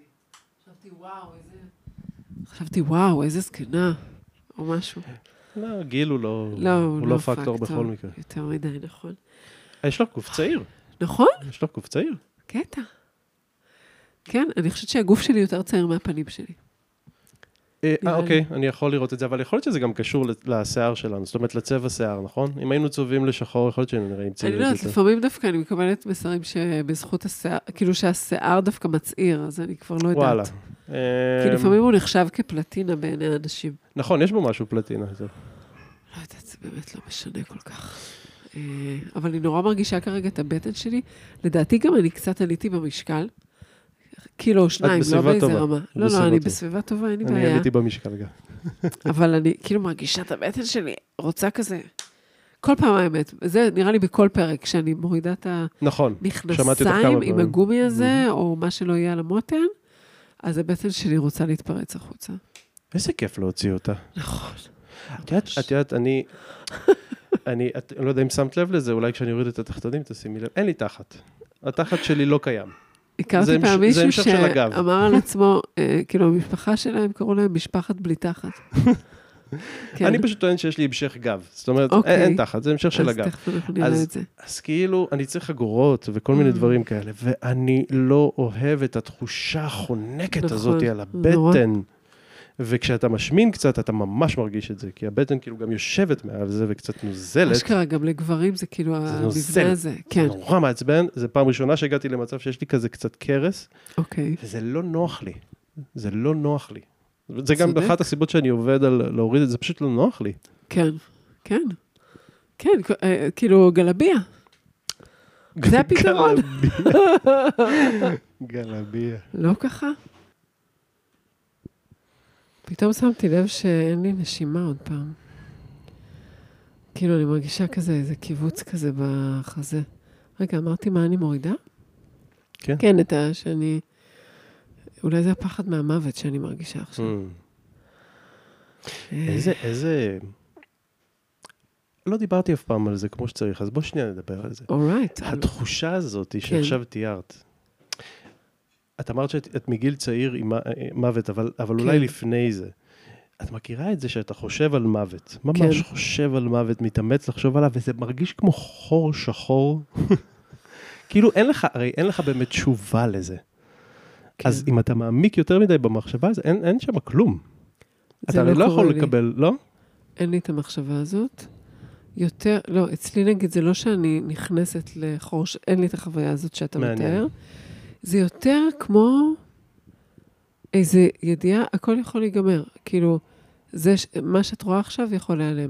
אוקיי. חשבתי, וואו, איזה זקנה, או משהו. לא, גיל הוא לא פקטור בכל מקרה. יותר מדי, נכון. יש לך גוף צעיר. נכון? יש לך גוף צעיר. קטע. כן, אני חושבת שהגוף שלי יותר צעיר מהפנים שלי. אוקיי, אני יכול לראות את זה, אבל יכול להיות שזה גם קשור לשיער שלנו, זאת אומרת לצבע שיער, נכון? אם היינו צובעים לשחור, יכול להיות שהיינו נראים צעירים. אני לא יודעת, לפעמים דווקא אני מקבלת מסרים שבזכות השיער, כאילו שהשיער דווקא מצעיר, אז אני כבר לא יודעת. וואלה. כי לפעמים הוא נחשב כפלטינה בעיני האנשים. נכון, יש בו משהו פלטינה. לא יודעת, זה באמת לא משנה כל כך. אבל אני נורא מרגישה כרגע את הבטן שלי. לדעתי גם אני קצת עליתי במשקל. קילו או שניים, לא באיזה רמה. לא, אני בסביבה טובה, אין לי בעיה. אני עליתי במשקל גם. אבל אני כאילו מרגישה את הבטן שלי, רוצה כזה, כל פעם האמת, זה נראה לי בכל פרק, כשאני מורידה את המכנסיים עם הגומי הזה, או מה שלא יהיה על המותן, אז הבטן שלי רוצה להתפרץ החוצה. איזה כיף להוציא אותה. נכון. את יודעת, אני לא יודע אם שמת לב לזה, אולי כשאני אוריד את התחתונים, תשימי לב, אין לי תחת. התחת שלי לא קיים. הכרתי פעם מישהו שאמר על עצמו, כאילו, המשפחה שלהם קראו להם משפחת בלי תחת. אני פשוט טוען שיש לי המשך גב. זאת אומרת, אין תחת, זה המשך של הגב. אז תכף אנחנו נראה את זה. אז כאילו, אני צריך חגורות וכל מיני דברים כאלה, ואני לא אוהב את התחושה החונקת הזאת על הבטן. וכשאתה משמין קצת, אתה ממש מרגיש את זה, כי הבטן כאילו גם יושבת מעל זה וקצת נוזלת. אשכרה, גם לגברים זה כאילו המבנה הזה. זה נורא מעצבן, זה פעם ראשונה שהגעתי למצב שיש לי כזה קצת קרס, אוקיי. וזה לא נוח לי. זה לא נוח לי. זה גם אחת הסיבות שאני עובד על להוריד את זה, פשוט לא נוח לי. כן, כן. כן, כאילו גלביה. זה הפתרון. גלביה. לא ככה? פתאום שמתי לב שאין לי נשימה עוד פעם. כאילו, אני מרגישה כזה, איזה קיבוץ כזה בחזה. רגע, אמרתי מה אני מורידה? כן. כן, את שאני... אולי זה הפחד מהמוות שאני מרגישה עכשיו. איזה... לא דיברתי אף פעם על זה כמו שצריך, אז בוא שנייה נדבר על זה. אורייט. התחושה הזאת שעכשיו תיארת, את אמרת שאת מגיל צעיר עם מוות, אבל אולי לפני זה. את מכירה את זה שאתה חושב על מוות, ממש חושב על מוות, מתאמץ לחשוב עליו, וזה מרגיש כמו חור שחור. כאילו הרי אין לך באמת תשובה לזה. אז אם אתה מעמיק יותר מדי במחשבה, אז אין שם כלום. אתה לא יכול לקבל, לא? אין לי את המחשבה הזאת. יותר, לא, אצלי נגיד, זה לא שאני נכנסת לחור, אין לי את החוויה הזאת שאתה מתאר. זה יותר כמו איזה ידיעה, הכל יכול להיגמר. כאילו, מה שאת רואה עכשיו יכול להיעלם.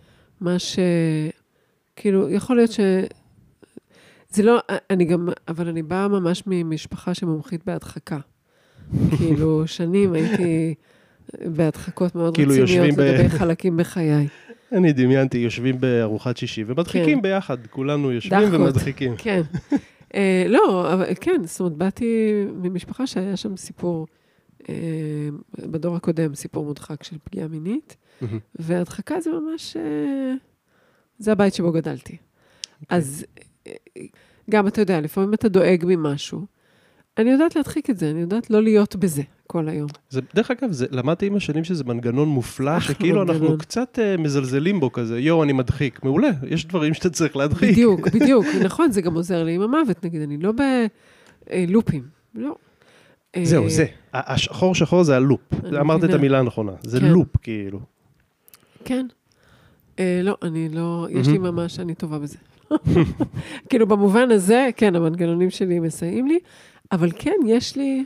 כאילו, יכול להיות זה לא, אבל אני באה ממש ממשפחה שמומחית בהדחקה. כאילו, שנים הייתי בהדחקות מאוד רציניות לגבי חלקים בחיי. אני דמיינתי, יושבים בארוחת שישי ומדחיקים ביחד, כולנו יושבים ומדחיקים. כן. לא, אבל כן, זאת אומרת, באתי ממשפחה שהיה שם סיפור, בדור הקודם, סיפור מודחק של פגיעה מינית, והדחקה זה ממש, זה הבית שבו גדלתי. אז גם אתה יודע, לפעמים אתה דואג ממשהו, אני יודעת להדחיק את זה, אני יודעת לא להיות בזה כל היום. דרך אגב, למדתי עם השנים שזה מנגנון מופלא, שכאילו אנחנו קצת מזלזלים בו כזה, אני מדחיק, מעולה, יש דברים שאתה צריך להדחיק. בדיוק, נכון, זה גם עוזר לי עם המוות, נגיד, אני לא בלופים, לא. זהו, זה, השחור שחור זה הלופ, אמרת את המילה הנכונה, זה לופ כאילו. כן, לא, אני לא, יש לי ממש, אני טובה בזה. כאילו במובן הזה, כן, המנגנונים שלי מסייעים לי, אבל כן, יש לי,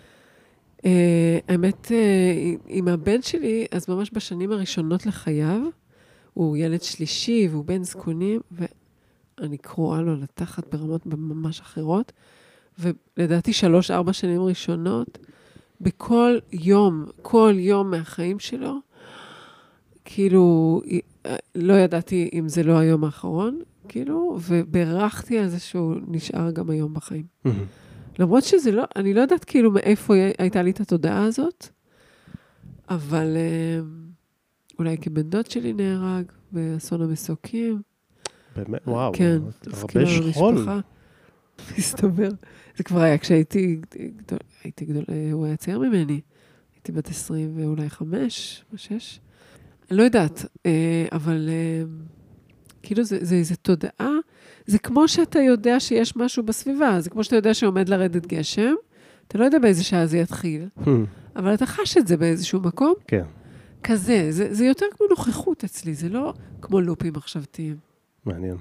האמת, עם הבן שלי, אז ממש בשנים הראשונות לחייו, הוא ילד שלישי, והוא בן זקונים, ואני קרואה לו לתחת ברמות ממש אחרות, ולדעתי 3-4 שנים ראשונות, בכל יום מהחיים שלו, כאילו, לא ידעתי אם זה לא היום האחרון, כאילו, וברכתי על זה שהוא נשאר גם היום בחיים. למרות שזה לא, אני לא יודעת כאילו מאיפה הייתה לי את התודעה הזאת, אבל אולי כבן דוד שלי נהרג, באסון המסוקים. באמת? וואו, כן, הרבה שכול. מסתבר. זה כבר היה כשהייתי גדול, הוא היה צעיר ממני. הייתי בת 20 ואולי 5 או 6. אני לא יודעת, אבל כאילו זה איזו תודעה, זה כמו שאתה יודע שיש משהו בסביבה, זה כמו שאתה יודע שעומד לרדת גשם, אתה לא יודע באיזה שעה זה יתחיל, אבל אתה חש את זה באיזשהו מקום. כן. כזה, זה יותר כמו נוכחות אצלי, זה לא כמו לופים מחשבתיים. מעניין.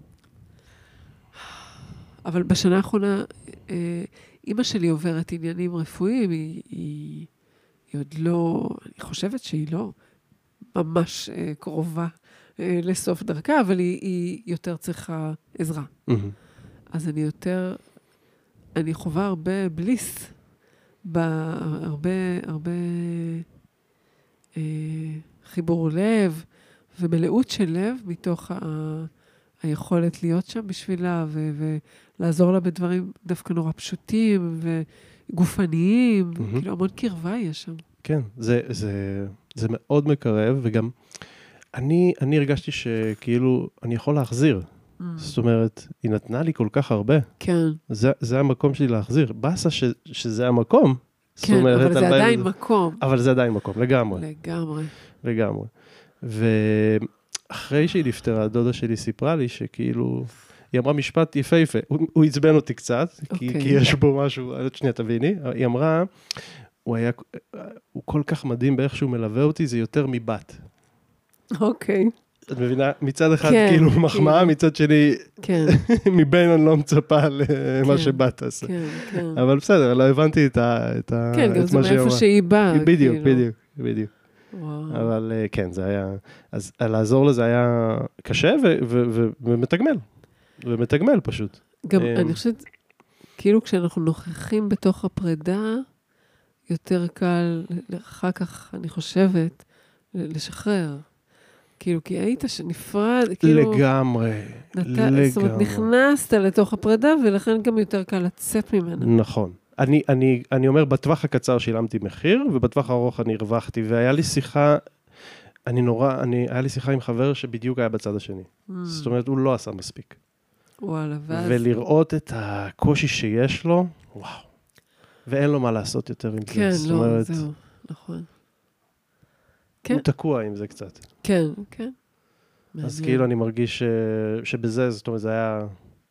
אבל בשנה האחרונה, אמא שלי עוברת עניינים רפואיים, היא עוד לא, אני חושבת שהיא לא ממש קרובה לסוף דרכה, אבל היא יותר צריכה עזרה. אז אני חווה הרבה בליס, הרבה חיבור לב ומלאות של לב, מתוך היכולת להיות שם בשבילה, ולעזור לה בדברים דווקא נורא פשוטים וגופניים, כאילו המון קרבה יש שם. כן, זה מאוד מקרב, וגם אני הרגשתי שכאילו אני יכול להחזיר. זאת אומרת, היא נתנה לי כל כך הרבה. כן. זה המקום שלי להחזיר. בסה שזה המקום. כן, אבל זה עדיין מקום. אבל זה עדיין מקום, לגמרי. לגמרי. ואחרי שהיא נפטרה, הדודה שלי סיפרה לי שכאילו, היא אמרה משפט יפה. הוא עצבן אותי קצת, כי יש בו משהו, עוד שנייה תביני. היא אמרה, הוא כל כך מדהים באיך שהוא מלווה אותי, זה יותר מבת. אוקיי. את מבינה? מצד אחד כאילו מחמאה, מצד שני, מבין אני לא מצפה למה שבת תעשה. אבל בסדר, לא הבנתי את מה שהיא אמרה. כן, גם זה מאיפה שהיא באה. בדיוק. אבל כן, זה היה, אז לעזור לזה היה קשה ומתגמל פשוט. גם אני חושבת, כאילו כשאנחנו נוכחים בתוך הפרידה, יותר קל, אחר כך אני חושבת, לשחרר. כאילו, כי היית שנפרד, כאילו... לגמרי. זאת אומרת, נכנסת לתוך הפרידה, ולכן גם יותר קל לצאת ממנה. נכון. אני אומר, בטווח הקצר שילמתי מחיר, ובטווח הארוך אני הרווחתי, והיה לי שיחה, היה לי שיחה עם חבר שבדיוק היה בצד השני. זאת אומרת, הוא לא עשה מספיק. וואלה, ואז... ולראות את הקושי שיש לו, וואו. ואין לו מה לעשות יותר עם זה. כן, לא, זהו, נכון. הוא תקוע עם זה קצת. כן. אז כאילו אני מרגיש שבזה, זאת אומרת, זה היה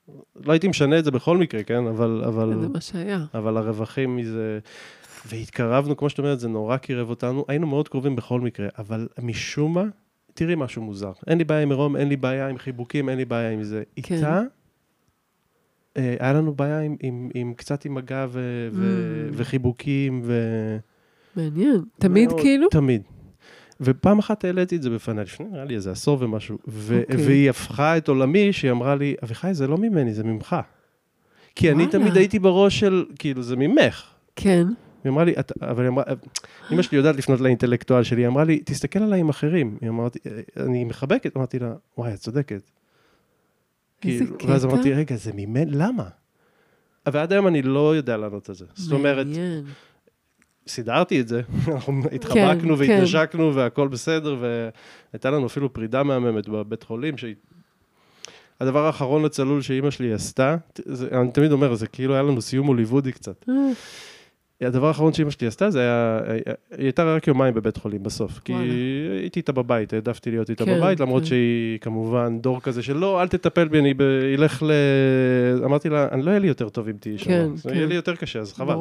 לא הייתי משנה את זה בכל מקרה, כן? אבל... זה מה שהיה. אבל הרווחים מזה... והתקרבנו, כמו שאת אומרת, זה נורא קירב אותנו, היינו מאוד קרובים בכל מקרה, אבל משום מה, תראי משהו מוזר. אין לי בעיה עם מרום, אין לי בעיה עם חיבוקים, אין לי בעיה עם זה. כן. איתה, היה לנו בעיה עם קצת עם מגע וחיבוקים מעניין. תמיד כאילו? תמיד. ופעם אחת העליתי את זה בפני, לפני נראה לי איזה עשור ומשהו, והיא הפכה את עולמי, שהיא אמרה לי, אביחי, זה לא ממני, זה ממך. כי אני תמיד הייתי בראש של, כאילו, זה ממך. כן. היא אמרה לי, אבל אמא שלי יודעת לפנות לאינטלקטואל שלי, היא אמרה לי, תסתכל עליי עם אחרים. היא אמרה, אני מחבקת, אמרתי לה, וואי, את צודקת. איזה קטע. ואז אמרתי, רגע, זה ממני, למה? ועד היום אני לא יודע לענות על זה. זאת אומרת, סידרתי את זה, אנחנו התחבקנו והתנשקנו והכל בסדר, והייתה לנו אפילו פרידה מהממת בבית חולים, הדבר האחרון הצלול שאימא שלי עשתה, אני תמיד אומר, זה כאילו היה לנו סיום הוליוודי קצת. הדבר האחרון שאימא שלי עשתה, זה היה, היא הייתה רק יומיים בבית חולים בסוף, כי הייתי איתה בבית, העדפתי להיות איתה בבית, למרות שהיא כמובן דור כזה של לא, אל תטפל בי, אני אלך אמרתי לה, אני לא יהיה לי יותר טוב אם תהיי שם, זה יהיה לי יותר קשה, אז חבל.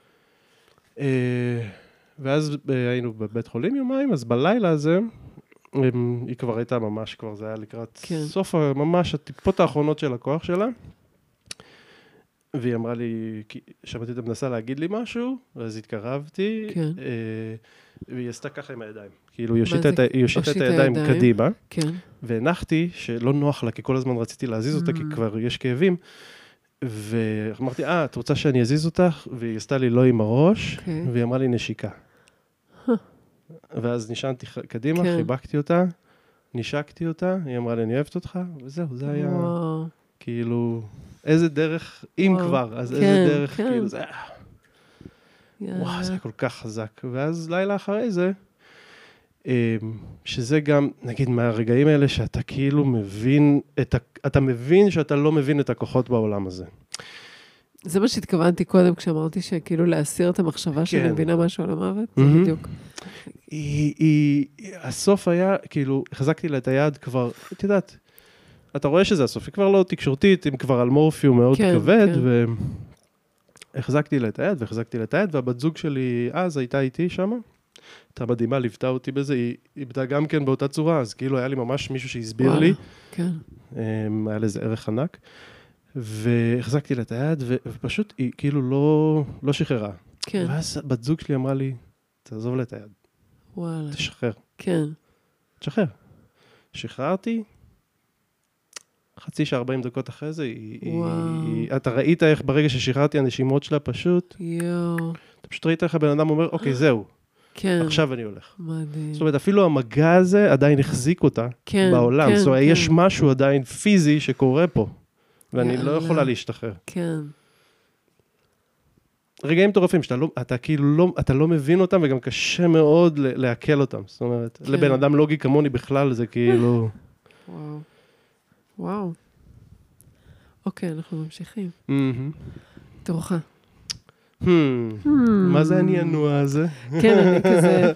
ואז היינו בבית חולים יומיים, אז בלילה הזה, היא כבר הייתה ממש, כבר זה היה לקראת סוף ממש הטיפות האחרונות של הכוח שלה, והיא אמרה לי, שמעתי אותה מנסה להגיד לי משהו, ואז התקרבתי, והיא עשתה ככה עם הידיים. כאילו, היא הושיטה את הידיים קדימה, והנחתי שלא נוח לה, כי כל הזמן רציתי להזיז אותה, כי כבר יש כאבים, ואמרתי, את רוצה שאני אזיז אותך? והיא עשתה לי לא עם הראש, והיא אמרה לי נשיקה. ואז נשענתי קדימה, חיבקתי אותה, נשקתי אותה, היא אמרה לי, אני אוהבת אותך, וזהו, זה היה כאילו... איזה דרך, אם כבר, אז איזה דרך, כאילו זה היה, וואו, זה היה כל כך חזק. ואז לילה אחרי זה, שזה גם, נגיד, מהרגעים האלה שאתה כאילו מבין, אתה מבין שאתה לא מבין את הכוחות בעולם הזה. זה מה שהתכוונתי קודם, כשאמרתי שכאילו להסיר את המחשבה שאני מבינה משהו על המוות, זה בדיוק. הסוף היה, כאילו, החזקתי לה את היד כבר, את יודעת, אתה רואה שזה הסוף, היא כבר לא תקשורתית, היא כבר על מורפיום מאוד כבד, והחזקתי לה את היד, והבת זוג שלי אז הייתה איתי שם, הייתה מדהימה, ליוותה אותי בזה, היא איבדה גם כן באותה צורה, אז כאילו היה לי ממש מישהו שהסביר לי, היה לזה ערך ענק, והחזקתי לה את היד, ופשוט היא כאילו לא שחררה. ואז בת זוג שלי אמרה לי, תעזוב לה את היד. תשחרר. תשחרר. שחררתי, חצי שעה 40 דקות אחרי זה, אתה ראית איך ברגע ששחררתי הנשימות שלה פשוט, אתה פשוט ראית איך הבן אדם אומר, אוקיי, זהו, עכשיו אני הולך. זאת אומרת, אפילו המגע הזה עדיין החזיק אותה בעולם, זאת אומרת, יש משהו עדיין פיזי שקורה פה, ואני לא יכולה להשתחרר. כן. רגעים מטורפים, אתה לא מבין אותם, וגם קשה מאוד להקל אותם. זאת אומרת, לבן אדם לוגי כמוני בכלל, זה כאילו... וואו. אוקיי, אנחנו ממשיכים. תורך. מה זה אני הנוע הזה? כן, אני כזה...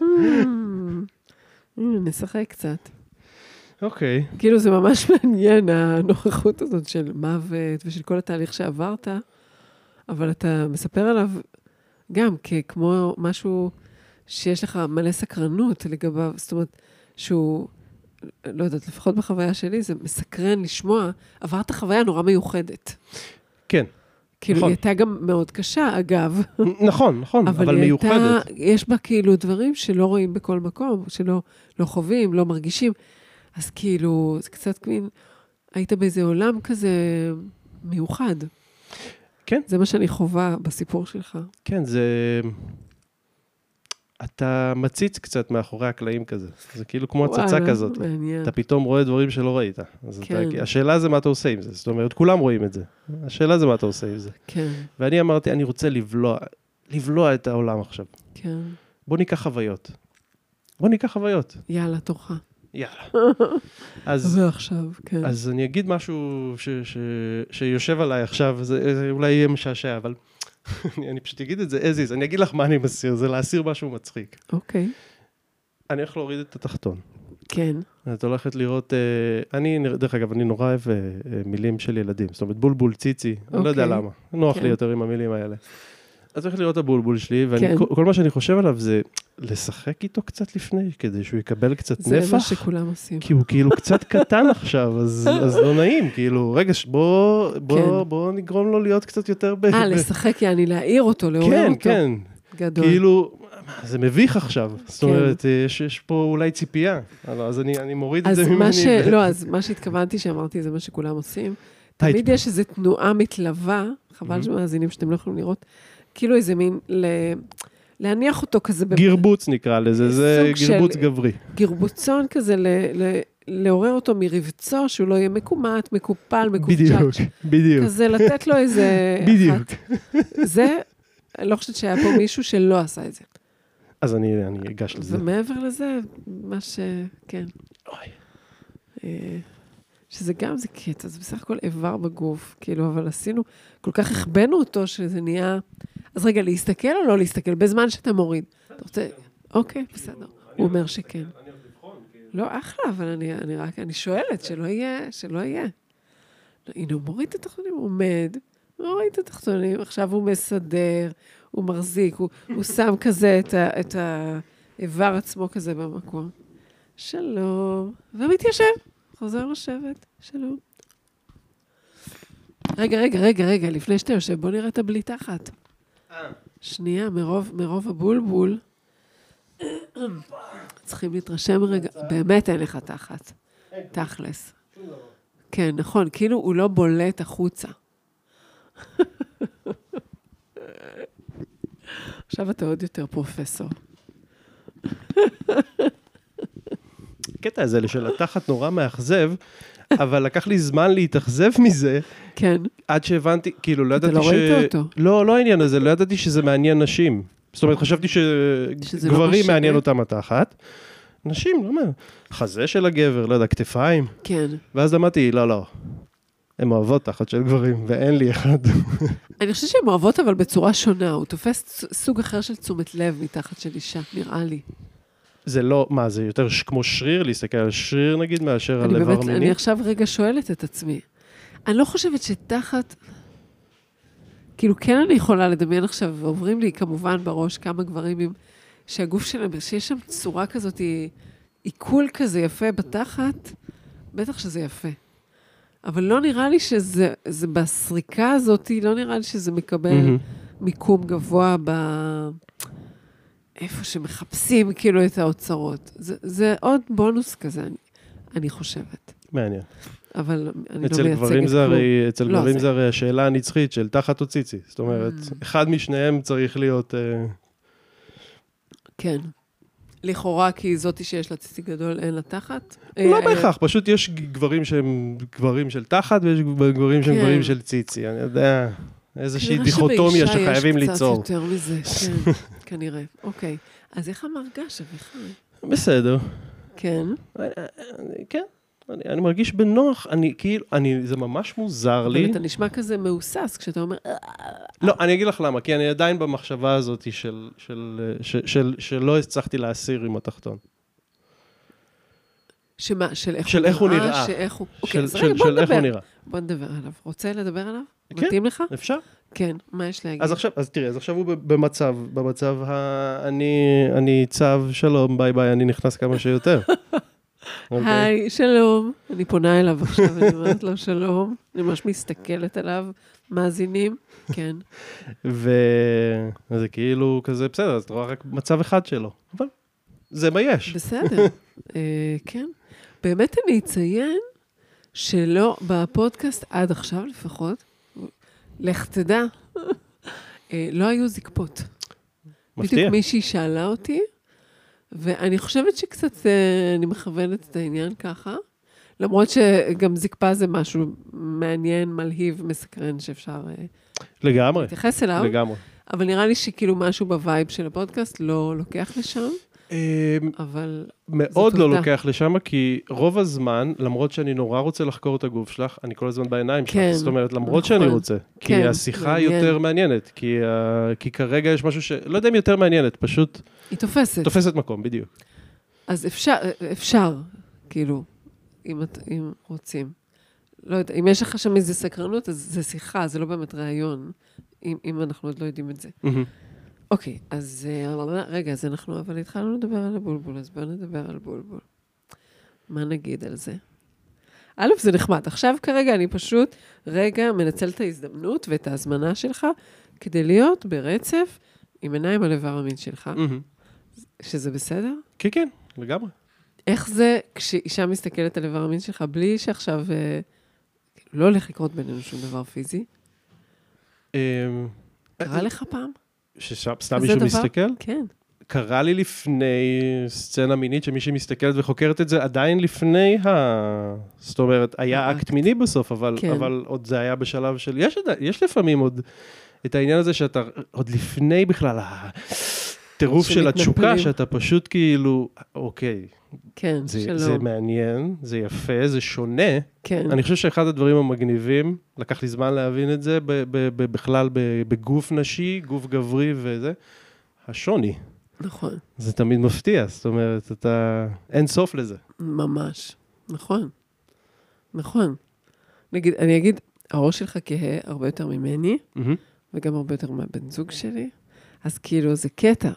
נשחק קצת. אוקיי. כאילו זה ממש מעניין, הנוכחות הזאת של מוות ושל כל התהליך שעברת, אבל אתה מספר עליו גם כמו משהו שיש לך מלא סקרנות לגביו, זאת אומרת, שהוא... לא יודעת, לפחות בחוויה שלי, זה מסקרן לשמוע, עברת חוויה נורא מיוחדת. כן. כאילו, היא הייתה גם מאוד קשה, אגב. נכון, אבל מיוחדת. יש בה כאילו דברים שלא רואים בכל מקום, שלא חווים, לא מרגישים. אז כאילו, זה קצת כמו, היית באיזה עולם כזה מיוחד. כן. זה מה שאני חווה בסיפור שלך. כן, אתה מציץ קצת מאחורי הקלעים כזה. זה כאילו כמו הצצה כזאת. מעניין. אתה פתאום רואה דברים שלא ראית. השאלה זה מה אתה עושה עם זה. זאת אומרת, כולם רואים את זה. השאלה זה מה אתה עושה עם זה. כן. ואני אמרתי, אני רוצה לבלוע את העולם עכשיו. כן. בוא ניקח חוויות. יאללה, תורך. יאללה. ועכשיו, כן. אז אני אגיד משהו שיושב עליי עכשיו, זה אולי יהיה משעשע, אבל... אני פשוט אגיד את זה as is, אני אגיד לך מה אני מסיר, זה להסיר משהו מצחיק. אוקיי. אני הולך להוריד את התחתון. כן. את הולכת לראות, דרך אגב, אני נורא אוהב מילים של ילדים, זאת אומרת, בולבול, ציצי, אני לא יודע למה, נוח לי יותר עם המילים האלה. אז הולכת לראות את הבולבול שלי, וכל מה שאני חושב עליו זה לשחק איתו קצת לפני, כדי שהוא יקבל קצת נפח. זה מה שכולם עושים. כי הוא כאילו קצת קטן עכשיו, אז לא נעים, כאילו, רגע, בוא נגרום לו להיות קצת יותר לשחק, יעני, להעיר אותו, לעורר אותו. כן, כן. גדול. כאילו, זה מביך עכשיו. זאת אומרת, יש פה אולי ציפייה. אז אני מוריד את זה ממני. לא, אז מה שהתכוונתי שאמרתי, זה מה שכולם עושים. תמיד יש איזו תנועה מתלווה, חבל שמאזינים שאתם לא יכולים לראות, כאילו איזה מין להניח אותו כזה. גרבוץ נקרא לזה, זה גרבוץ גברי. גרבוצון כזה, לעורר אותו מרבצו, שהוא לא יהיה מקומט, מקופל, מקופצ'ק. בדיוק. כזה לתת לו איזה... בדיוק. זה, אני לא חושבת שהיה פה מישהו שלא עשה את זה. אז אני אגש לזה. ומעבר לזה, מה כן. שזה גם זה קטע, זה בסך הכל איבר בגוף, כאילו, אבל עשינו, כל כך הכבנו אותו שזה נהיה... אז רגע, להסתכל או לא להסתכל? בזמן שאתה מוריד. אתה רוצה... אוקיי, בסדר. הוא אומר שכן. לא, אחלה, אבל אני שואלת, שלא יהיה. הנה, הוא מוריד את התחתונים, הוא עומד, מוריד את התחתונים, עכשיו הוא מסדר, הוא מחזיק, הוא שם כזה את האיבר עצמו כזה במקום. שלום. ומתיישב. חוזר לשבת. שלום. רגע, לפני שאתה יושב, בוא נראה את הבלי תחת. שנייה, מרוב הבולבול, צריכים להתרשם רגע, באמת אין לך תחת. תכלס. כן, נכון, כאילו הוא לא בולט החוצה. עכשיו אתה עוד יותר פרופסור. הקטע הזה של התחת נורא מאכזב, אבל לקח לי זמן להתאכזב מזה. כן. עד שהבנתי, כאילו, לא ידעתי אתה לא ראית אותו. לא העניין הזה, לא ידעתי שזה מעניין נשים. זאת אומרת, חשבתי שגברים מעניין אותם התחת. נשים, לא אומר, חזה של הגבר, לא יודע, כתפיים. כן. ואז למדתי, לא. הן אוהבות תחת של גברים, ואין לי אחד. אני חושבת שהן אוהבות, אבל בצורה שונה. הוא תופס סוג אחר של תשומת לב מתחת של אישה, נראה לי. זה לא, מה, זה יותר כמו שריר, להסתכל על שריר נגיד, מאשר על איבר מיני? אני עכשיו רגע שואלת את עצמי. אני לא חושבת שתחת, כאילו כן אני יכולה לדמיין עכשיו, ועוברים לי כמובן בראש כמה גברים שהגוף שלהם, שיש שם צורה כזאת, עיכול כזה יפה בתחת, בטח שזה יפה. אבל לא נראה לי שזה, בסריקה הזאת, לא נראה לי שזה מקבל מיקום גבוה איפה שמחפשים כאילו את האוצרות. זה עוד בונוס כזה, אני חושבת. מעניין. אבל אני לא אצל גברים זה הרי השאלה הנצחית של תחת או ציצי. זאת אומרת, אחד משניהם צריך להיות... כן. לכאורה, כי זאתי שיש לה ציצי גדול, אין לה תחת? לא בהכרח, פשוט יש גברים שהם גברים של תחת, ויש גברים שהם גברים של ציצי. אני יודע, איזושהי דיכוטומיה שחייבים ליצור. יש קצת יותר מזה, כן, כנראה. אוקיי. אז איך המרגש, אביחי? בסדר. כן. כן. אני מרגיש בנוח, זה ממש מוזר לי. אבל אתה נשמע כזה מאוסס, כשאתה אומר... לא, אני אגיד לך למה, כי אני עדיין במחשבה הזאת שלא הצלחתי להסיר עם התחתון. שמה? של איך הוא נראה. של איך הוא נראה. בוא נדבר עליו. רוצה לדבר עליו? כן, מתאים לך? אפשר. כן, מה יש להגיד? אז תראי, אז עכשיו הוא במצב אני צב, שלום, ביי ביי, אני נכנס כמה שיותר. היי, שלום. אני פונה אליו עכשיו, אני אומרת לו שלום. אני ממש מסתכלת עליו, מאזינים, כן. וזה כאילו כזה בסדר, אז אתה רואה רק מצב אחד שלו. אבל זה מה יש. בסדר, כן. באמת אני אציין שלא, בפודקאסט עד עכשיו לפחות, לך תדע, לא היו זקפות. מפתיע. בדיוק מישהי שאלה אותי, ואני חושבת שקצת אני מכוונת את העניין ככה, למרות שגם זקפה זה משהו מעניין, מלהיב, מסקרן שאפשר להתייחס אליו. לגמרי. אבל נראה לי שכאילו משהו בווייב של הפודקאסט לא לוקח לשם. אבל מאוד לא לוקח לשם, כי רוב הזמן, למרות שאני נורא רוצה לחקור את הגוף שלך, אני כל הזמן בעיניים שלך. זאת אומרת, למרות שאני רוצה. כי השיחה יותר מעניינת. כי כרגע יש משהו לא יודע אם יותר מעניינת, פשוט... היא תופסת. תופסת מקום, בדיוק. אז אפשר, כאילו, אם רוצים. לא יודע, אם יש לך שם איזו סקרנות, אז זה שיחה, זה לא באמת רעיון, אם אנחנו עוד לא יודעים את זה. אוקיי, אז רגע, אז אנחנו אבל התחלנו לדבר על הבולבול, אז בואו נדבר על בולבול. מה נגיד על זה? א', זה נחמד. עכשיו כרגע אני פשוט רגע מנצל את ההזדמנות ואת ההזמנה שלך, כדי להיות ברצף עם עיניים על איבר המין שלך. שזה בסדר? כן, כן, לגמרי. איך זה כשאישה מסתכלת על איבר המין שלך, בלי שעכשיו לא הולך לקרות בינינו שום דבר פיזי? קרה לך פעם? שסתם מישהו מסתכל? כן. קרה לי לפני סצנה מינית שמישהי מסתכלת וחוקרת את זה, עדיין לפני זאת אומרת, היה אקט מיני בסוף, אבל עוד זה היה בשלב של, יש לפעמים עוד את העניין הזה שאתה, עוד לפני בכלל, הטירוף של התשוקה, שאתה פשוט כאילו, אוקיי, כן, זה מעניין, זה יפה, זה שונה. כן. אני חושב שאחד הדברים המגניבים, לקח לי זמן להבין את זה, בכלל בגוף נשי, גוף גברי וזה, השוני. נכון. זה תמיד מפתיע, זאת אומרת, אין סוף לזה. ממש, נכון. נכון. נגיד, אני אגיד, הראש שלך כהה הרבה יותר ממני, וגם הרבה יותר מהבן זוג שלי, אז כאילו זה קטע,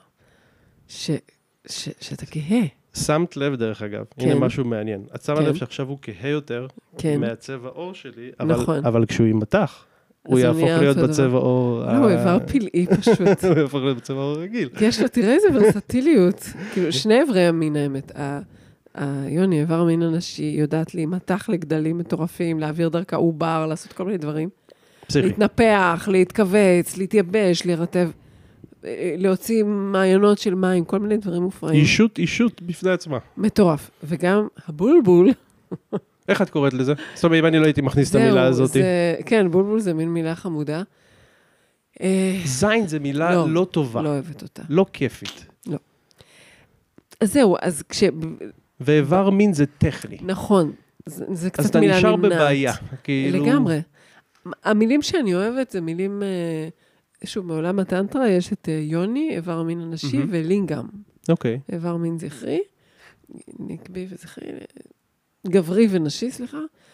שאתה כהה. שמת לב דרך אגב, הנה משהו מעניין. את שמה לב שעכשיו הוא כהה יותר מהצבע עור שלי, אבל כשהוא יימתח, הוא יהפוך להיות בצבע אור... לא, הוא איבר פלאי פשוט. הוא יהפוך להיות בצבע אור רגיל. יש לו, תראה איזה ורסטיליות. כאילו, שני אברי המין האמת. יוני, איבר המין הנשי, יודעת להימתח לגדלים מטורפים, להעביר דרכה עובר, לעשות כל מיני דברים. להתנפח, להתכווץ, להתייבש, להירטב, להוציא מעיינות של מים, כל מיני דברים מופרעים. אישות בפני עצמה. מטורף. וגם הבולבול... איך את קוראת לזה? זאת אומרת, אם אני לא הייתי מכניס את המילה הזאת. כן, בולבול זה מין מילה חמודה. זין זה מילה לא טובה. לא אוהבת אותה. לא כיפית. לא. אז זהו, אז ואיבר מין זה טכני. נכון. זה קצת מילה נמנעת. אז אתה נשאר בבעיה. לגמרי. המילים שאני אוהבת זה מילים, שוב, מעולם הטנטרה יש את יוני, איבר המין הנשי, ולינגאם. אוקיי. איבר מין זכרי, נקבי וזכרי, גברי ונשי, סליחה.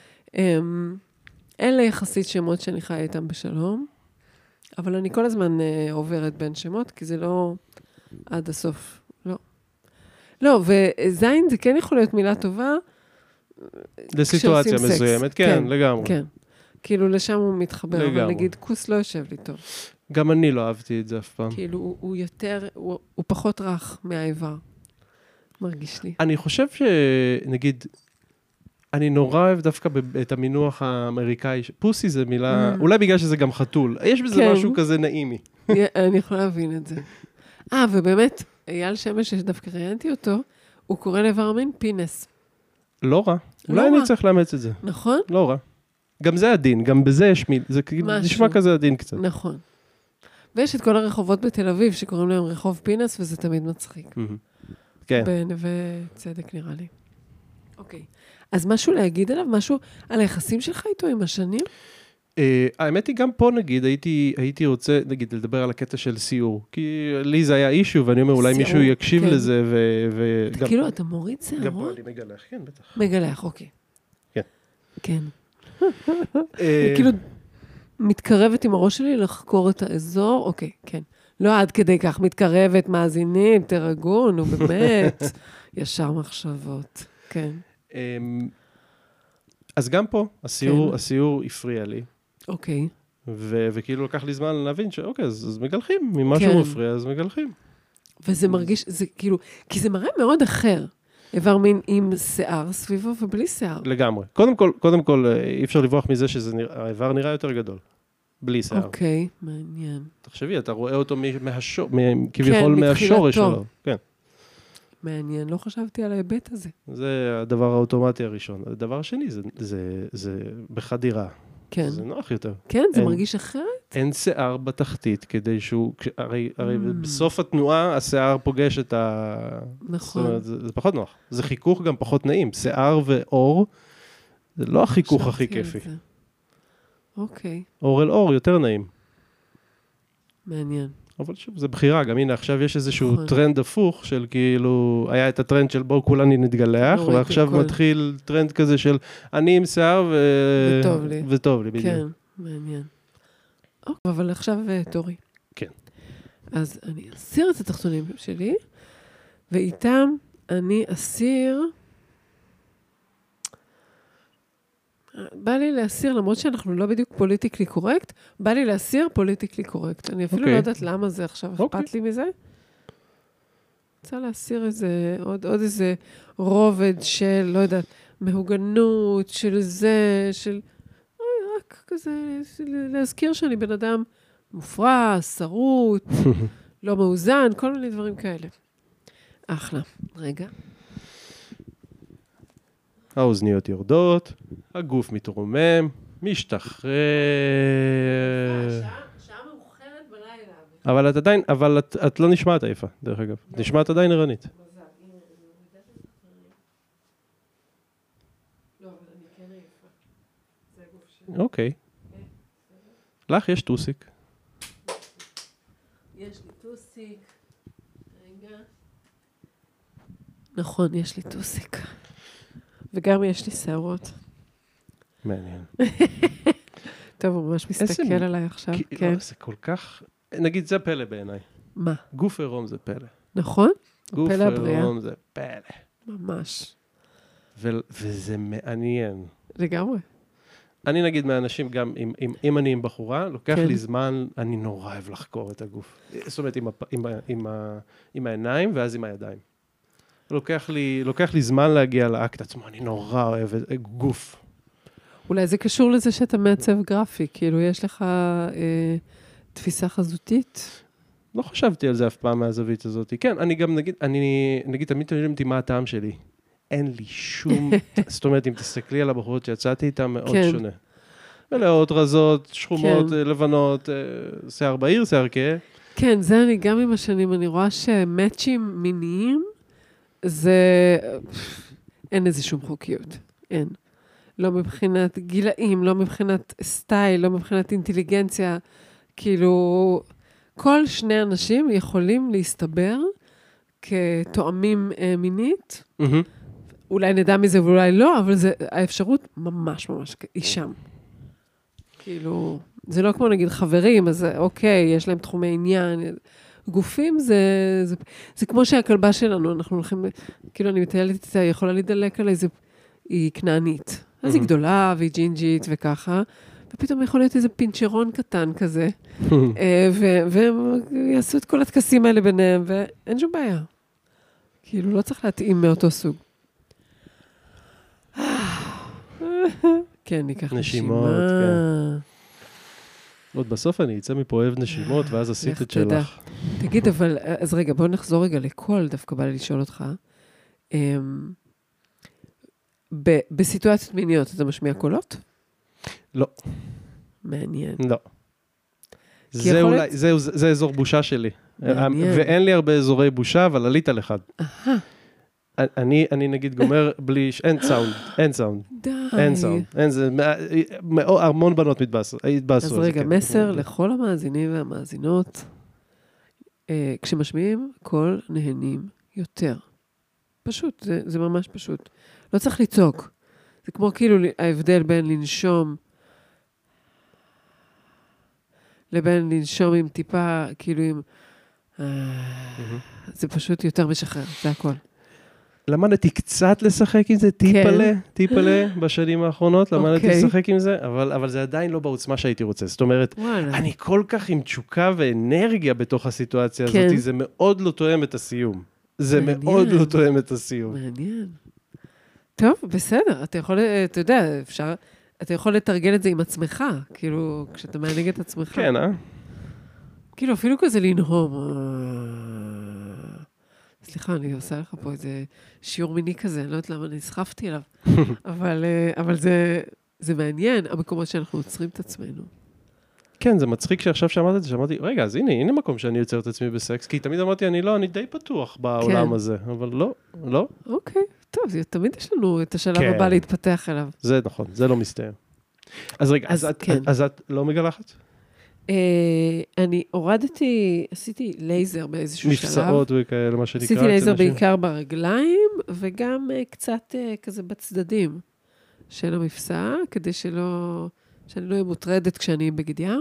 אלה יחסית שמות שאני חיה איתם בשלום, אבל אני כל הזמן עוברת בין שמות, כי זה לא עד הסוף. לא. לא, וזין זה כן יכול להיות מילה טובה. לסיטואציה מסוימת, כן, לגמרי. כן. כאילו לשם הוא מתחבר, אבל נגיד כוס לא יושב לי טוב. גם אני לא אהבתי את זה אף פעם. כאילו הוא יותר, הוא פחות רך מהאיבר. מרגיש לי. אני חושב שנגיד, אני נורא אוהב דווקא את המינוח האמריקאי, פוסי זה מילה, אולי בגלל שזה גם חתול, יש בזה משהו כזה נעימי. אני יכולה להבין את זה. ובאמת, אייל שמש, שדווקא ראיינתי אותו, הוא קורא לאיבר המין פינס. לא רע. אולי אני צריך לאמץ את זה. נכון? לא רע. גם זה הדין, גם בזה יש זה נשמע כזה הדין קצת. נכון. ויש את כל הרחובות בתל אביב, שקוראים להם רחוב פינס, וזה תמיד מצחיק. כן. בנווה צדק נראה לי. אוקיי. אז משהו להגיד עליו? משהו על היחסים שלך איתו עם השנים? האמת היא, גם פה נגיד, הייתי רוצה, נגיד, לדבר על הקטע של סיור, כי לי זה היה אישו, ואני אומר, אולי מישהו יקשיב לזה, כאילו, אתה מוריד שערות? גם פה אני מגלח, כן, בטח. מגלח, אוקיי. כן. כן. כאילו, מתקרבת עם הראש שלי לחקור את האזור, אוקיי, כן. לא עד כדי כך מתקרבת, מאזינים, תרגעו, נו באמת, ישר מחשבות, כן. אז גם פה, הסיור הפריע לי. אוקיי. וכאילו לקח לי זמן להבין שאוקיי, אז מגלחים, ממשהו מפריע, אז מגלחים. וזה מרגיש, זה כאילו, כי זה מראה מאוד אחר. איבר מין עם שיער סביבו ובלי שיער. לגמרי. קודם כל, אי אפשר לברוח מזה שהאיבר נראה יותר גדול. בלי שיער. אוקיי, מעניין. תחשבי, אתה רואה אותו כביכול מהשורש שלו. כן. מעניין, לא חשבתי על ההיבט הזה. זה הדבר האוטומטי הראשון. הדבר השני, זה בחדירה. כן. זה נוח יותר. כן, זה מרגיש אחרת? אין שיער בתחתית, כדי שהוא, הרי בסוף התנועה, השיער פוגש את נכון. זאת אומרת, זה פחות נוח. זה חיכוך גם פחות נעים. שיער ואור, זה לא החיכוך הכי כיפי. אוקיי. אור אל אור יותר נעים. מעניין. אבל שוב, זה בחירה, גם הנה, עכשיו יש איזשהו טרנד הפוך, של כאילו, היה את הטרנד של בואו כולנו נתגלח, ועכשיו מתחיל טרנד כזה של אני עם שיער וטוב לי, בדיוק. כן, מעניין. אבל עכשיו תורי. כן. אז אני אסיר את התחתונים שלי, ואיתם אני אסיר... בא לי להסיר, למרות שאנחנו לא בדיוק פוליטיקלי קורקט, בא לי להסיר פוליטיקלי קורקט. אני אפילו לא יודעת למה זה עכשיו אכפת לי מזה. רוצה להסיר איזה, עוד איזה רובד של, לא יודעת, מהוגנות, של זה, של... רק כזה, להזכיר שאני בן אדם מופרע, שרוט, לא מאוזן, כל מיני דברים כאלה. אחלה. רגע. האוזניות יורדות, הגוף מתרומם, משתחרר. שעה מאוחרת בלילה. אבל את עדיין, את לא נשמעת עייפה, דרך אגב. את נשמעת עדיין ערנית. לא, אבל אני כן עייפה. זה הגוף שלי. אוקיי. לך יש טוסיק. יש לי טוסיק. רגע. נכון, יש לי טוסיק. וגם יש לי שערות. מעניין. טוב, הוא ממש מסתכל עליי עכשיו. כן. זה כל כך... נגיד, זה פלא בעיניי. מה? גוף עירום זה פלא. נכון? גוף עירום זה פלא. ממש. וזה מעניין. לגמרי. אני נגיד מהאנשים, גם אם אני עם בחורה, לוקח לי זמן, אני נורא אוהב לחקור את הגוף. זאת אומרת, עם העיניים ואז עם הידיים. לוקח לי זמן להגיע לאקט עצמו, אני נורא אוהב גוף. אולי זה קשור לזה שאתה מעצב גרפי, כאילו יש לך תפיסה חזותית? לא חשבתי על זה אף פעם מהזווית הזאת. כן, אני גם נגיד תמיד תמיד מה הטעם שלי. אין לי שום, זאת אומרת, אם תסתכלי על הבחורות שיצאתי איתן מאוד שונה. מלאות רזות, שחומות, לבנות, שיער בהיר, שיער כהה. כן, זה אני גם עם השנים, אני רואה שמאצ'ים מיניים, זה, אין איזה שום חוקיות, אין. לא מבחינת גילאים, לא מבחינת סטייל, לא מבחינת אינטליגנציה, כאילו, כל שני אנשים יכולים להסתבר כתואמים מינית, אולי נדע מזה ואולי לא, אבל האפשרות ממש ממש היא שם. כאילו, זה לא כמו נגיד חברים, אז אוקיי, יש להם תחומי עניין, גופים זה כמו שהכלבה שלנו, אנחנו הולכים, כאילו אני מטיילת איתה, היא יכולה להידלק על איזה, היא כנענית. אז היא גדולה והיא ג'ינג'ית וככה, ופתאום יכול להיות איזה פינצ'רון קטן כזה, והם יעשו את כל התקסים האלה ביניהם, ואין שום בעיה. כאילו, לא צריך להתאים מאותו סוג. כן, ניקח נשימות, כן. עוד בסוף אני אצא מפה אוהב נשימות, ואז עשית את שלך. תגיד, אבל, אז רגע, בוא נחזור רגע לקול, דווקא בא לי לשאול אותך. בסיטואציות מיניות, אתה משמיע קולות? לא. מעניין. לא. זה אזור בושה שלי. ואין לי הרבה אזורי בושה, אבל עלית על אחד. אני נגיד גומר בלי, אין סאונד. די. אין סאונד. המון בנות מתבאסו. אז רגע, מסר לכל המאזינים והמאזינות, כשמשמיעים, כל נהנים יותר. פשוט, זה ממש פשוט. לא צריך לצעוק. זה כמו כאילו ההבדל בין לנשום, לבין לנשום עם טיפה, כאילו עם... זה פשוט יותר משחרר, זה הכל. למדתי קצת לשחק עם זה, טיפלה בשנים האחרונות, למדתי לשחק עם זה, אבל זה עדיין לא בעוצמה שהייתי רוצה. זאת אומרת, אני כל כך עם תשוקה ואנרגיה בתוך הסיטואציה הזאת, זה מאוד לא תואם את הסיום. זה מאוד לא תואם את הסיום. מעניין. טוב, בסדר, אתה יכול, אתה יודע, אפשר, אתה יכול לתרגל את זה עם עצמך, כאילו, כשאתה מענג את עצמך. כן, כאילו, אפילו כזה לנהום. סליחה, אני עושה לך פה איזה שיעור מיני כזה, אני לא יודעת למה נסחפתי אליו, אבל זה מעניין, המקומות שאנחנו עוצרים את עצמנו. כן, זה מצחיק שעכשיו שמעת את זה, שאמרתי, רגע, אז הנה מקום שאני יוצר את עצמי בסקס, כי תמיד אמרתי, אני די פתוח בעולם הזה, אבל לא. אוקיי, טוב, תמיד יש לנו את השלב הבא להתפתח אליו. זה נכון, זה לא מסתיים. אז רגע, אז את לא מגלחת? אני הורדתי, עשיתי לייזר באיזשהו שלב. מפסעות וכאלה, מה שנקרא. עשיתי לייזר בעיקר ברגליים, וגם קצת כזה בצדדים של המפסעה, כדי שאני לא אהיה מוטרדת כשאני בגד ים.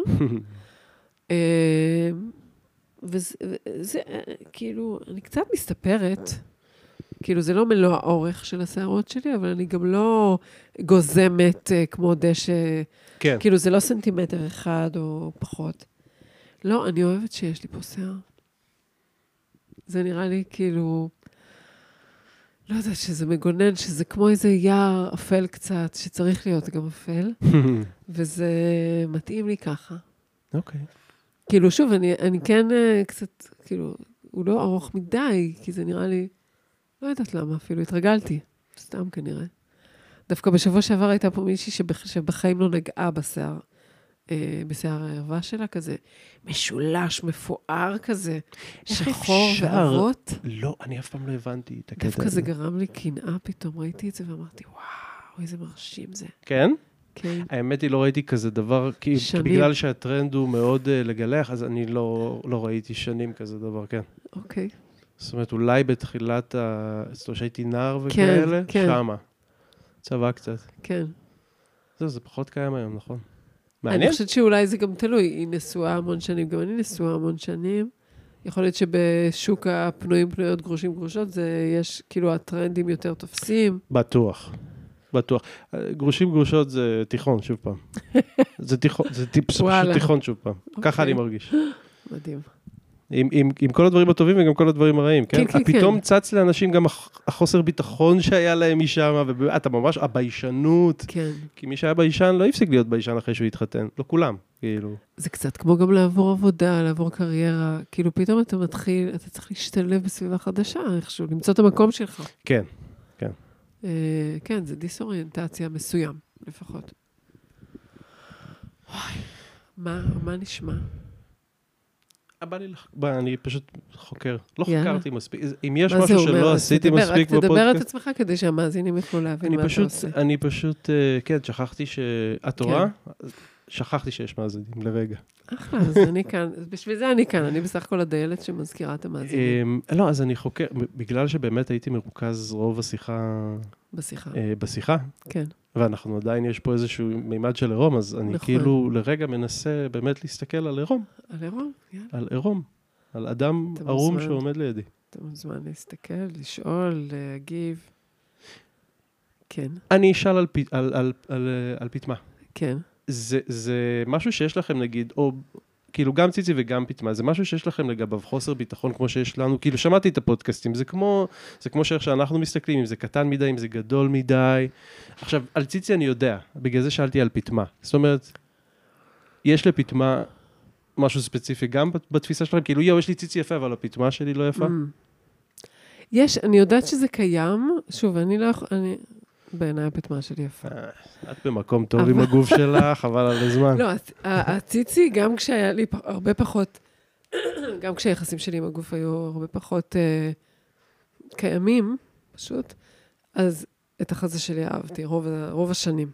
וזה, כאילו, אני קצת מסתפרת, כאילו, זה לא מלוא האורך של השערות שלי, אבל אני גם לא גוזמת כמו דשא, כן. כאילו, זה לא סנטימטר אחד או פחות. לא, אני אוהבת שיש לי פה שיער. זה נראה לי כאילו, לא יודעת שזה מגונן, שזה כמו איזה יער אפל קצת, שצריך להיות גם אפל, וזה מתאים לי ככה. אוקיי. כאילו, שוב, אני כן קצת, כאילו, הוא לא ארוך מדי, כי זה נראה לי, לא יודעת למה, אפילו התרגלתי, סתם כנראה. דווקא בשבוע שעבר הייתה פה מישהי שבחיים לא נגעה בשיער, בשיער הערווה שלה, כזה משולש, מפואר כזה, שחור ועבות. לא, אני אף פעם לא הבנתי את הקטע. דווקא זה גרם לי קנאה פתאום, ראיתי את זה ואמרתי, וואו, איזה מרשים זה. כן? כן. האמת היא, לא ראיתי כזה דבר, כי בגלל שהטרנד הוא מאוד לגלח, אז אני לא ראיתי שנים כזה דבר, כן. אוקיי. זאת אומרת, אולי בתחילת, שהייתי נער וכאלה, שמה. צבא קצת. כן. זה פחות קיים היום, נכון? מעניין? אני חושבת שאולי זה גם תלוי, היא נשואה המון שנים, גם אני נשואה המון שנים. יכול להיות שבשוק הפנויים, פנויות, גרושים, גרושות, יש כאילו הטרנדים יותר תופסים. בטוח. גרושים, גרושות זה תיכון, שוב פעם. זה פשוט תיכון, שוב פעם. ככה אני מרגיש. מדהים. עם כל הדברים הטובים וגם כל הדברים הרעים, כן? כן. פתאום צץ לאנשים גם החוסר ביטחון שהיה להם משם, ואתה ממש, הביישנות. כן. כי מי שהיה ביישן לא הפסיק להיות ביישן אחרי שהוא התחתן. לא כולם, כאילו. זה קצת כמו גם לעבור עבודה, לעבור קריירה. כאילו פתאום אתה צריך להשתלב בסביבה חדשה, איכשהו, למצוא את המקום שלך. כן. כן, זה דיסאוריינטציה מסוים, לפחות. מה נשמע? אני פשוט חוקר. לא חקרתי מספיק. אם יש משהו שלא עשיתי מספיק בפודקאסט... תדבר את עצמך כדי שהמאזינים יוכלו להבין מה אתה עושה. אני פשוט, כן, שכחתי את רואה? שכחתי שיש מאזינים לרגע. אחלה, אז אני כאן. בשביל זה אני כאן. אני בסך הכל הדיילת שמזכירה את המאזינים. לא, אז אני חוקר, בגלל שבאמת הייתי מרוכז רוב השיחה... בשיחה? כן. ואנחנו עדיין, יש פה איזשהו מימד של עירום, אז אני כאילו לרגע מנסה באמת להסתכל על עירום. על עירום, על עירום. על אדם ערום שעומד לידי. אתה מוזמן להסתכל, לשאול, להגיב. כן. אני אשאל על פתמה. כן. זה משהו שיש לכם, נגיד, או כאילו גם ציצי וגם פתמה, זה משהו שיש לכם לגביו חוסר ביטחון, כמו שיש לנו, כאילו שמעתי את הפודקאסטים, זה כמו שאיך שאנחנו מסתכלים, אם זה קטן מדי, אם זה גדול מדי. עכשיו, על ציצי אני יודע, בגלל זה שאלתי על פתמה. זאת אומרת, יש לפתמה משהו ספציפי גם בתפיסה שלכם, כאילו, יש לי ציצי יפה, אבל הפתמה שלי לא יפה? יש, אני יודעת שזה קיים, שוב, אני לא יכול, בעיניי הפתמה שלי יפה. את במקום טוב עם הגוף שלך, חבל על הזמן. לא, הציצי, גם כשהיה לי הרבה פחות, גם כשהיחסים שלי עם הגוף היו הרבה פחות קיימים, פשוט, אז את החזה שלי אהבתי, רוב השנים.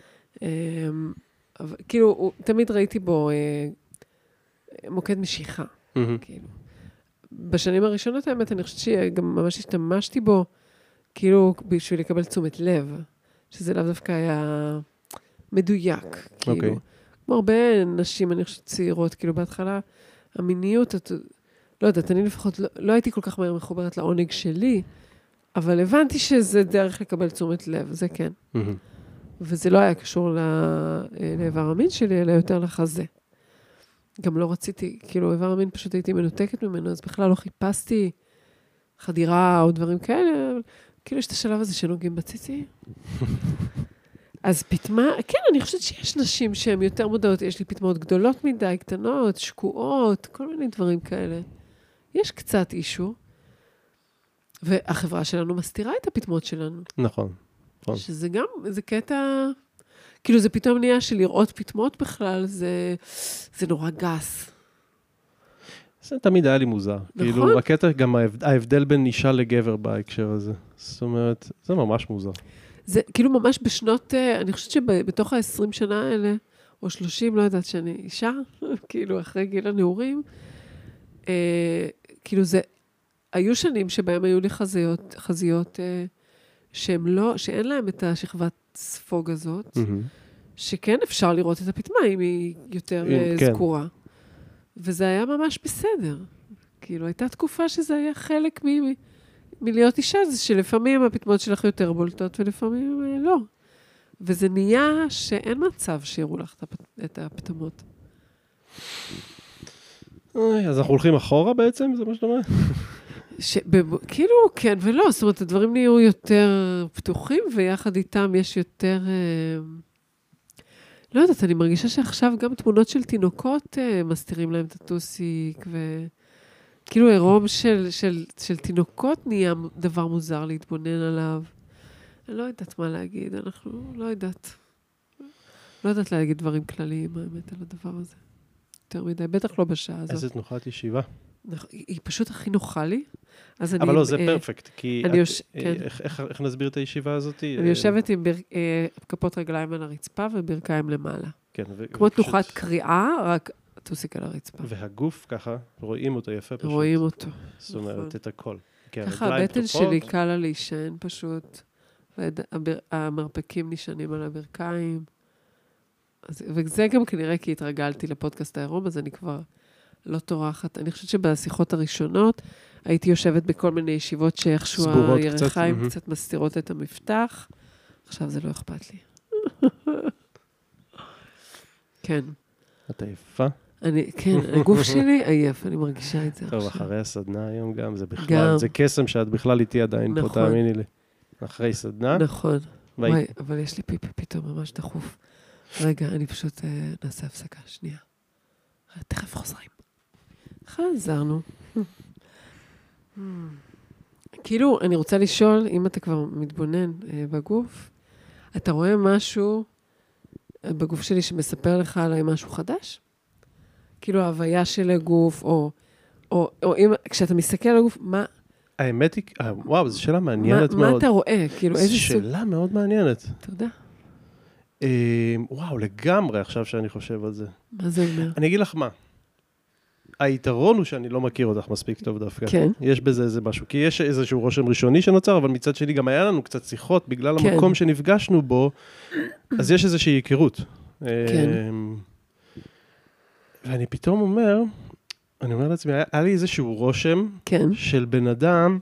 כאילו, תמיד ראיתי בו מוקד משיכה, כאילו. בשנים הראשונות, האמת, אני חושבת שגם ממש השתמשתי בו, כאילו, בשביל לקבל תשומת לב, שזה לאו דווקא היה מדויק, כאילו. כמו הרבה נשים, אני חושבת צעירות, כאילו, בהתחלה, המיניות, לא יודעת, אני לפחות לא הייתי כל כך מהר מחוברת לעונג שלי, אבל הבנתי שזה דרך לקבל תשומת לב, זה כן. וזה לא היה קשור לאיבר המין שלי, אלא יותר לחזה. גם לא רציתי, כאילו, איבר המין פשוט הייתי מנותקת ממנו, אז בכלל לא חיפשתי חדירה או דברים כאלה, אבל כאילו יש את השלב הזה שנוגעים בציצי. אז פתמה, כן, אני חושבת שיש נשים שהן יותר מודעות, יש לי פתמות גדולות מדי, קטנות, שקועות, כל מיני דברים כאלה. יש קצת אישו, והחברה שלנו מסתירה את הפתמות שלנו. נכון. שזה גם, זה קטע, כאילו זה פתאום נהיה שלראות פתמות בכלל, זה נורא גס. זה תמיד היה לי מוזר. נכון. כאילו, הקטע, גם ההבדל בין אישה לגבר בהקשר הזה. זאת אומרת, זה ממש מוזר. זה כאילו ממש בשנות, אני חושבת שבתוך ה-20 שנה האלה, או 30, לא יודעת שאני אישה, כאילו אחרי גיל הנעורים, כאילו זה, היו שנים שבהם היו לי חזיות שאין להם את השכבת ספוג הזאת, שכן אפשר לראות את הפתמה, אם היא יותר זכורה. וזה היה ממש בסדר. כאילו, הייתה תקופה שזה היה חלק מלהיות אישה, זה שלפעמים הפתמות שלך יותר בולטות, ולפעמים לא. וזה נהיה שאין מצב שיראו לך את הפתמות. אז אנחנו הולכים אחורה בעצם, זה מה שאתה אומר? כאילו, כן ולא, זאת אומרת, הדברים נהיו יותר פתוחים, ויחד איתם יש יותר... לא יודעת, אני מרגישה שעכשיו גם תמונות של תינוקות מסתירים להם את הטוסיק, וכאילו עירום של תינוקות נהיה דבר מוזר להתבונן עליו. אני לא יודעת מה להגיד, אנחנו לא יודעת. לא יודעת להגיד דברים כלליים, האמת, על הדבר הזה. יותר מדי, בטח לא בשעה הזאת. איזה תנוחת ישיבה. היא פשוט הכי נוחה לי. אבל לא, זה פרפקט, כי איך נסביר את הישיבה הזאת? אני יושבת עם כפות רגליים על הרצפה וברכיים למעלה. כמו תנוחת קריאה, רק טוסיק על הרצפה. והגוף ככה, רואים אותו יפה פשוט. רואים אותו. זאת אומרת, את הכל. ככה, הבטן שלי קלה להישען פשוט, והמרפקים נשענים על הברכיים. וזה גם כנראה כי התרגלתי לפודקאסט העירום, אז אני כבר לא טורחת. אני חושבת שבשיחות הראשונות, הייתי יושבת בכל מיני ישיבות שאיכשהו הירכיים קצת מסתירות את המפתח. עכשיו זה לא אכפת לי. כן. את עייפה? כן, הגוף שלי עייף, אני מרגישה את זה עכשיו. טוב, אחרי הסדנה היום גם, זה בכלל, זה קסם שאת בכלל איתי עדיין פה, תאמיני לי. אחרי סדנה. נכון. וואי, אבל יש לי פיפי פתאום ממש דחוף. רגע, אני פשוט נעשה הפסקה, שנייה. תכף חוזרים. חזרנו. כאילו, אני רוצה לשאול, אם אתה כבר מתבונן בגוף, אתה רואה משהו בגוף שלי שמספר לך עליי משהו חדש? כאילו, ההוויה של הגוף, או אם, כשאתה מסתכל על הגוף, מה... האמת היא, וואו, זו שאלה מעניינת מאוד. מה אתה רואה? כאילו, איזה סוג... זו שאלה מאוד מעניינת. תודה. וואו, לגמרי עכשיו שאני חושב על זה. מה זה אומר? אני אגיד לך מה. היתרון הוא שאני לא מכיר אותך מספיק טוב דווקא. כן. יש בזה איזה משהו, כי יש איזשהו רושם ראשוני שנוצר, אבל מצד שני גם היה לנו קצת שיחות, בגלל המקום שנפגשנו בו, אז יש איזושהי היכרות. כן. ואני פתאום אני אומר לעצמי, היה לי איזשהו רושם של בן אדם,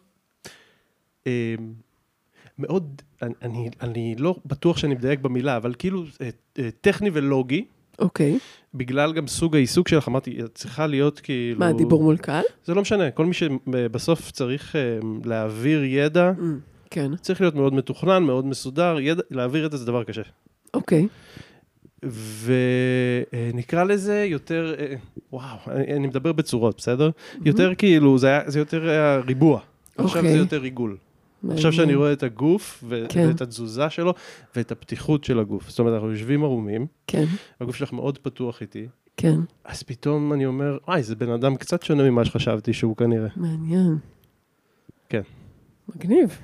מאוד, אני לא בטוח שאני מדייק במילה, אבל כאילו טכני ולוגי, אוקיי. בגלל גם סוג העיסוק שלך, אמרתי, צריכה להיות כאילו... מה, דיבור מול קהל? זה לא משנה, כל מי שבסוף צריך להעביר ידע, כן. צריך להיות מאוד מתוכנן, מאוד מסודר, להעביר את זה דבר קשה. אוקיי. ונקרא לזה יותר, וואו, אני מדבר בצורות, בסדר? יותר כאילו, זה יותר ריבוע. עכשיו זה יותר ריגול. עכשיו שאני רואה את הגוף, ואת התזוזה שלו, ואת הפתיחות של הגוף. זאת אומרת, אנחנו יושבים ערומים, הגוף שלך מאוד פתוח איתי, אז פתאום אני אומר, וואי, זה בן אדם קצת שונה ממה שחשבתי שהוא כנראה. מעניין. כן. מגניב.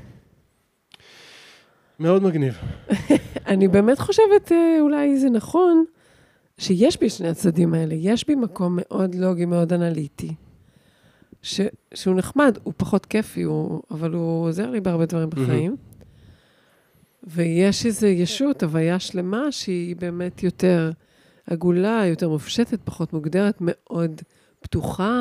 מאוד מגניב. אני באמת חושבת, אולי זה נכון, שיש בי שני הצדדים האלה. יש בי מקום מאוד לוגי, מאוד אנליטי. שהוא נחמד, הוא פחות כיפי, אבל הוא עוזר לי בהרבה דברים בחיים. ויש איזו ישות, הוויה שלמה, שהיא באמת יותר עגולה, יותר מופשטת, פחות מוגדרת, מאוד פתוחה,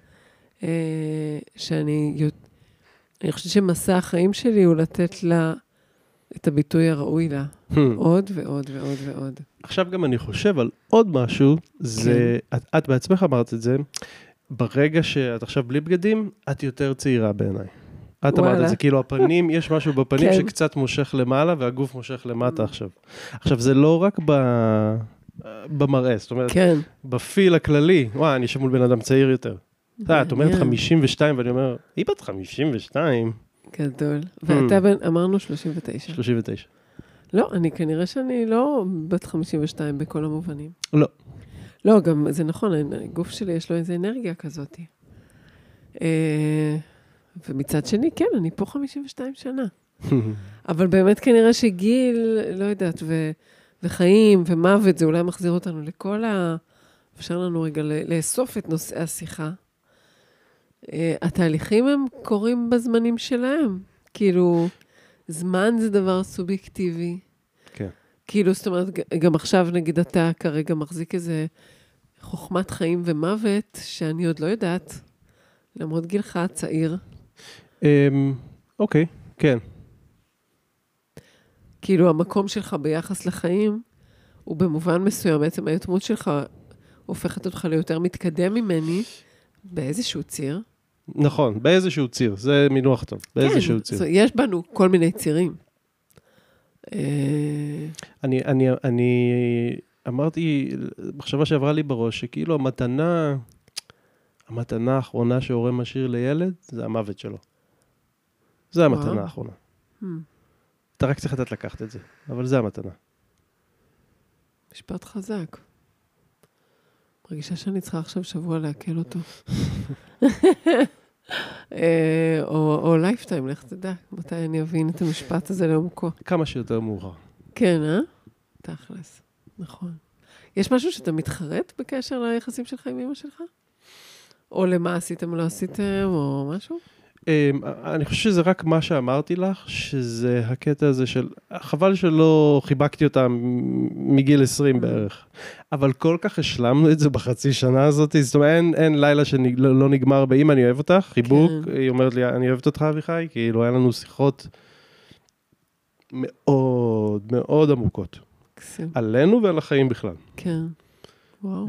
אני חושבת שמסע החיים שלי הוא לתת לה את הביטוי הראוי לה. עוד ועוד ועוד ועוד. עכשיו גם אני חושב על עוד משהו, זה, את בעצמך אמרת את זה, ברגע שאת עכשיו בלי בגדים, את יותר צעירה בעיניי. את אמרת את זה, כאילו הפנים, יש משהו בפנים שקצת מושך למעלה, והגוף מושך למטה עכשיו. עכשיו, זה לא רק במראה, זאת אומרת, בפיל הכללי, וואי, אני שמול בן אדם צעיר יותר. את אומרת 52, ואני אומר, היא בת 52. גדול. ואתה אמרנו 39. 39. לא, כנראה שאני לא בת 52 בכל המובנים. לא. לא, גם זה נכון, הגוף שלי יש לו איזו אנרגיה כזאת. ומצד שני, כן, אני פה 52 שנה. אבל באמת כנראה שגיל, לא יודעת, וחיים ומוות, זה אולי מחזיר אותנו לכל אפשר לנו רגע לאסוף את נושאי השיחה. התהליכים הם קורים בזמנים שלהם. כאילו, זמן זה דבר סובייקטיבי. כן. כאילו, זאת אומרת, גם עכשיו, נגיד, אתה כרגע מחזיק איזה חוכמת חיים ומוות, שאני עוד לא יודעת, למרות גילך צעיר. אוקיי, כן. כאילו, המקום שלך ביחס לחיים, הוא במובן מסוים, בעצם היתמות שלך הופכת אותך ליותר מתקדם ממני, באיזשהו ציר. נכון, באיזשהו ציר, זה מינוח טוב, באיזשהו ציר. כן, יש בנו כל מיני צירים. אני אמרתי, מחשבה שעברה לי בראש, שכאילו המתנה האחרונה שההורה משאיר לילד, זה המוות שלו. זה המתנה האחרונה. אתה רק צריך לתת לקחת את זה, אבל זה המתנה. משפט חזק. מרגישה שאני צריכה עכשיו שבוע להקל אותו. או לייפטיים, לך תדע, מתי אני אבין את המשפט הזה לעומקו. כמה שיותר מאוחר. כן, תכלס, נכון. יש משהו שאתה מתחרט בקשר ליחסים שלך עם אמא שלך? או למה עשיתם, לא עשיתם, או משהו? אני חושב שזה רק מה שאמרתי לך, שזה הקטע הזה של, חבל שלא חיבקתי אותה מגיל 20 בערך, אבל כל כך השלמנו את זה בחצי שנה הזאת, זאת אומרת, אין לילה שלא נגמר באמא, אני אוהב אותך, חיבוק, היא אומרת לי, אני אוהבת אותך אביחי, כאילו היה לנו שיחות מאוד מאוד עמוקות, עלינו ועל החיים בכלל. כן, וואו.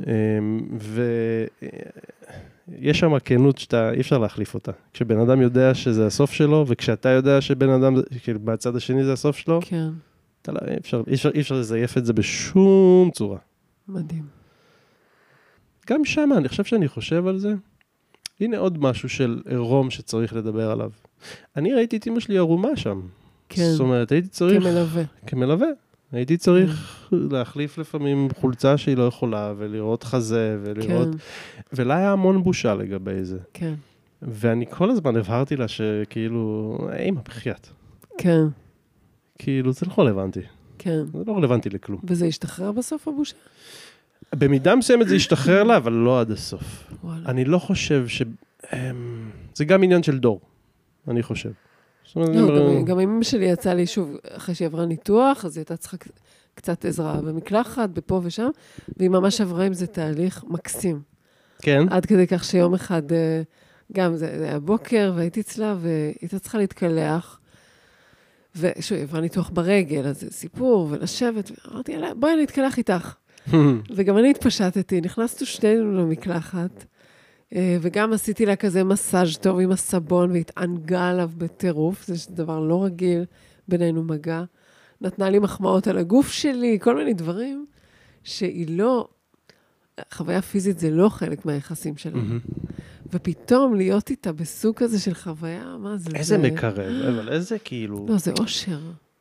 יש שם כנות שאתה, אי אפשר להחליף אותה. כשבן אדם יודע שזה הסוף שלו, וכשאתה יודע שבן אדם, כאילו, בצד השני זה הסוף שלו, כן. אי אפשר לזייף את זה בשום צורה. מדהים. גם שם, אני חושב על זה. הנה עוד משהו של עירום שצריך לדבר עליו. אני ראיתי את אמא שלי ערומה שם. כן. זאת אומרת, הייתי צריך... כמלווה. הייתי צריך להחליף לפעמים חולצה שהיא לא יכולה, ולראות חזה, ולראות... ולה היה המון בושה לגבי זה. כן. ואני כל הזמן הבהרתי לה שכאילו, אמא, בחייאת. כן. כאילו, זה לא רלוונטי. כן. זה לא רלוונטי לכלום. וזה השתחרר בסוף הבושה? במידה מסוימת זה השתחרר לה, אבל לא עד הסוף. וואלה. אני לא חושב ש... זה גם עניין של דור, אני חושב. לא, גם אמא שלי יצאה לי שוב, אחרי שהיא עברה ניתוח, אז היא הייתה צריכה קצת עזרה במקלחת, בפה ושם, והיא ממש עברה עם זה תהליך מקסים. כן. עד כדי כך שיום אחד, גם זה היה בוקר, והייתי אצלה, והיא הייתה צריכה להתקלח, ושוב, היא עברה ניתוח ברגל, אז זה סיפור, ולשבת, ואמרתי, בואי אני אתקלח איתך. וגם אני התפשטתי, נכנסנו שנינו למקלחת, וגם עשיתי לה כזה מסאז' טוב עם הסבון, והתענגה עליו בטירוף, זה דבר לא רגיל, בינינו מגע. נתנה לי מחמאות על הגוף שלי, כל מיני דברים, שהיא לא, חוויה פיזית זה לא חלק מהיחסים שלנו. ופתאום להיות איתה בסוג כזה של חוויה, מה זה? איזה מקרב, אבל איזה כאילו... לא, זה אושר.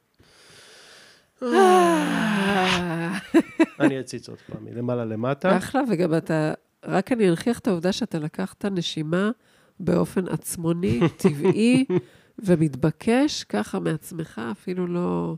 אני אציץ עוד פעם, למעלה למטה. אחלה, וגם אתה... רק אני אנכיח את העובדה שאתה לקחת נשימה באופן עצמוני, טבעי ומתבקש, ככה מעצמך, אפילו לא...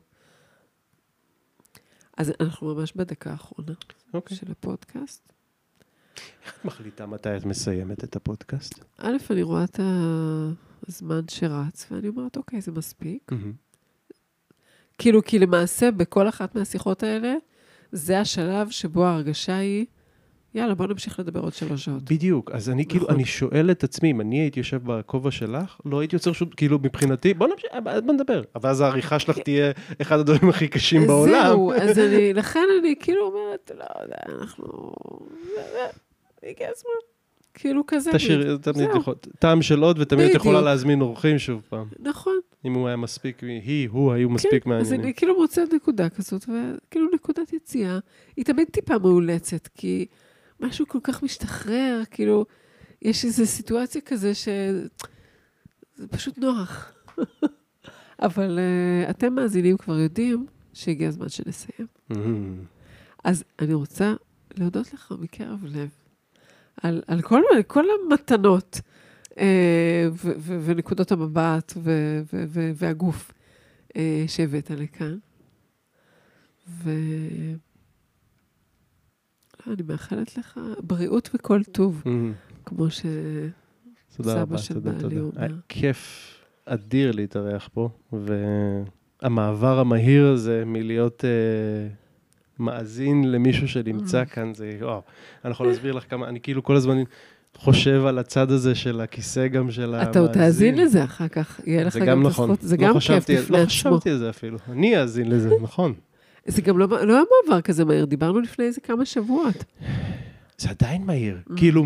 אז אנחנו ממש בדקה האחרונה של הפודקאסט. איך את מחליטה מתי את מסיימת את הפודקאסט? א', אני רואה את הזמן שרץ, ואני אומרת, אוקיי, זה מספיק. כאילו, כי למעשה, בכל אחת מהשיחות האלה, זה השלב שבו ההרגשה היא, יאללה, בוא נמשיך לדבר עוד 3 שעות. בדיוק, אז אני כאילו, אני שואל את עצמי, אם אני הייתי יושב בכובע שלך, לא הייתי יוצר שום, כאילו, מבחינתי, בוא נדבר. אבל אז העריכה שלך תהיה אחד הדברים הכי קשים בעולם. זהו, אז לכן אני כאילו אומרת, לא יודע, אנחנו... הגיע הזמן. כאילו כזה. תשאיר, תמיד יכול, טעם של עוד, ותמיד יכולה להזמין אורחים שוב פעם. נכון. אם הוא היה מספיק, הוא היו מספיק מעניינים. אז אני כאילו מוצאת נקודה כזאת, וכאילו נקודת יציאה, היא תמיד טיפה מאולצת, כי משהו כל כך משתחרר, כאילו, יש איזו סיטואציה כזה שזה פשוט נוח. אבל אתם מאזינים כבר יודעים שהגיע הזמן שנסיים. אז אני רוצה להודות לך מקרב לב, על כל המתנות, ונקודות המבט, והגוף שהבאת לכאן. אני מאחלת לך בריאות וכל טוב, כמו סבא של בעלי אומר. היה כיף אדיר להתארח פה, והמעבר המהיר הזה מלהיות מאזין למישהו שנמצא כאן, זה, וואו, אני יכול להסביר לך כמה, אני כאילו כל הזמן חושב על הצד הזה של הכיסא גם של המאזין. אתה עוד תאזין לזה אחר כך, יהיה לך גם את הזכות, זה גם כיף בפני עצמו. לא חשבתי על זה אפילו, אני אאזין לזה, נכון. זה גם לא היה מעבר כזה מהיר, דיברנו לפני איזה כמה שבועות. זה עדיין מהיר, כאילו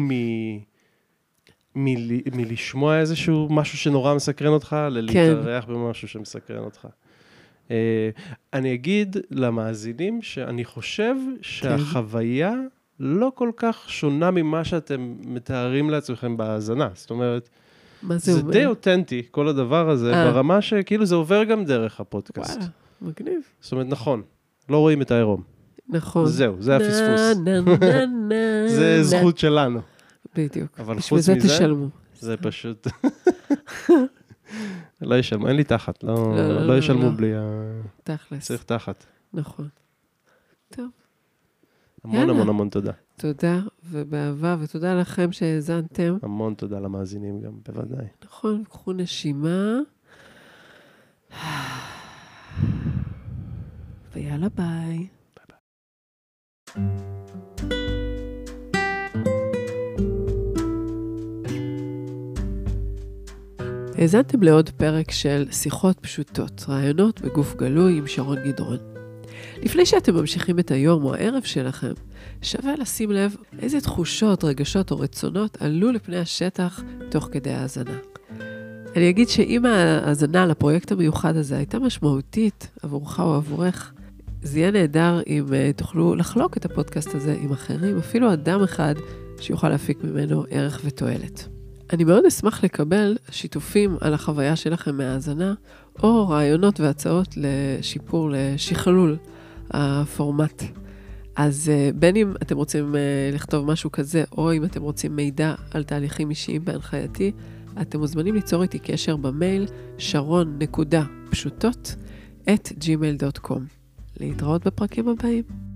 מלשמוע איזשהו משהו שנורא מסקרן אותך, ללהתארח במשהו שמסקרן אותך. אני אגיד למאזינים שאני חושב שהחוויה לא כל כך שונה ממה שאתם מתארים לעצמכם בהאזנה. זאת אומרת, זה די אותנטי, כל הדבר הזה, ברמה שכאילו זה עובר גם דרך הפודקאסט. וואלה, מגניב. זאת אומרת, נכון, לא רואים את העירום. נכון. זהו, זה הפספוס. זה זכות שלנו. בדיוק. אבל חוץ מזה, תשלמו. זה פשוט... לא ישלמו, אין לי תחת, לא ישלמו בלי תכלס. צריך תחת. נכון. טוב. המון תודה. תודה, ובאהבה, ותודה לכם שהאזנתם. המון תודה למאזינים גם, בוודאי. נכון, קחו נשימה. ויאללה ביי. האזנתם לעוד פרק של שיחות פשוטות, רעיונות בגוף גלוי עם שרון גדרון. לפני שאתם ממשיכים את היום או הערב שלכם, שווה לשים לב איזה תחושות, רגשות או רצונות עלו לפני השטח תוך כדי ההאזנה. אני אגיד שאם ההאזנה לפרויקט המיוחד הזה הייתה משמעותית עבורך או עבורך, זה יהיה נהדר אם תוכלו לחלוק את הפודקאסט הזה עם אחרים, אפילו אדם אחד שיוכל להפיק ממנו ערך ותועלת. אני מאוד אשמח לקבל שיתופים על החוויה שלכם מההאזנה, או רעיונות והצעות לשיפור, לשכלול הפורמט. אז בין אם אתם רוצים לכתוב משהו כזה, או אם אתם רוצים מידע על תהליכים אישיים בהנחייתי, אתם מוזמנים ליצור איתי קשר במייל sharon.pshutot@gmail.com. להתראות בפרקים הבאים.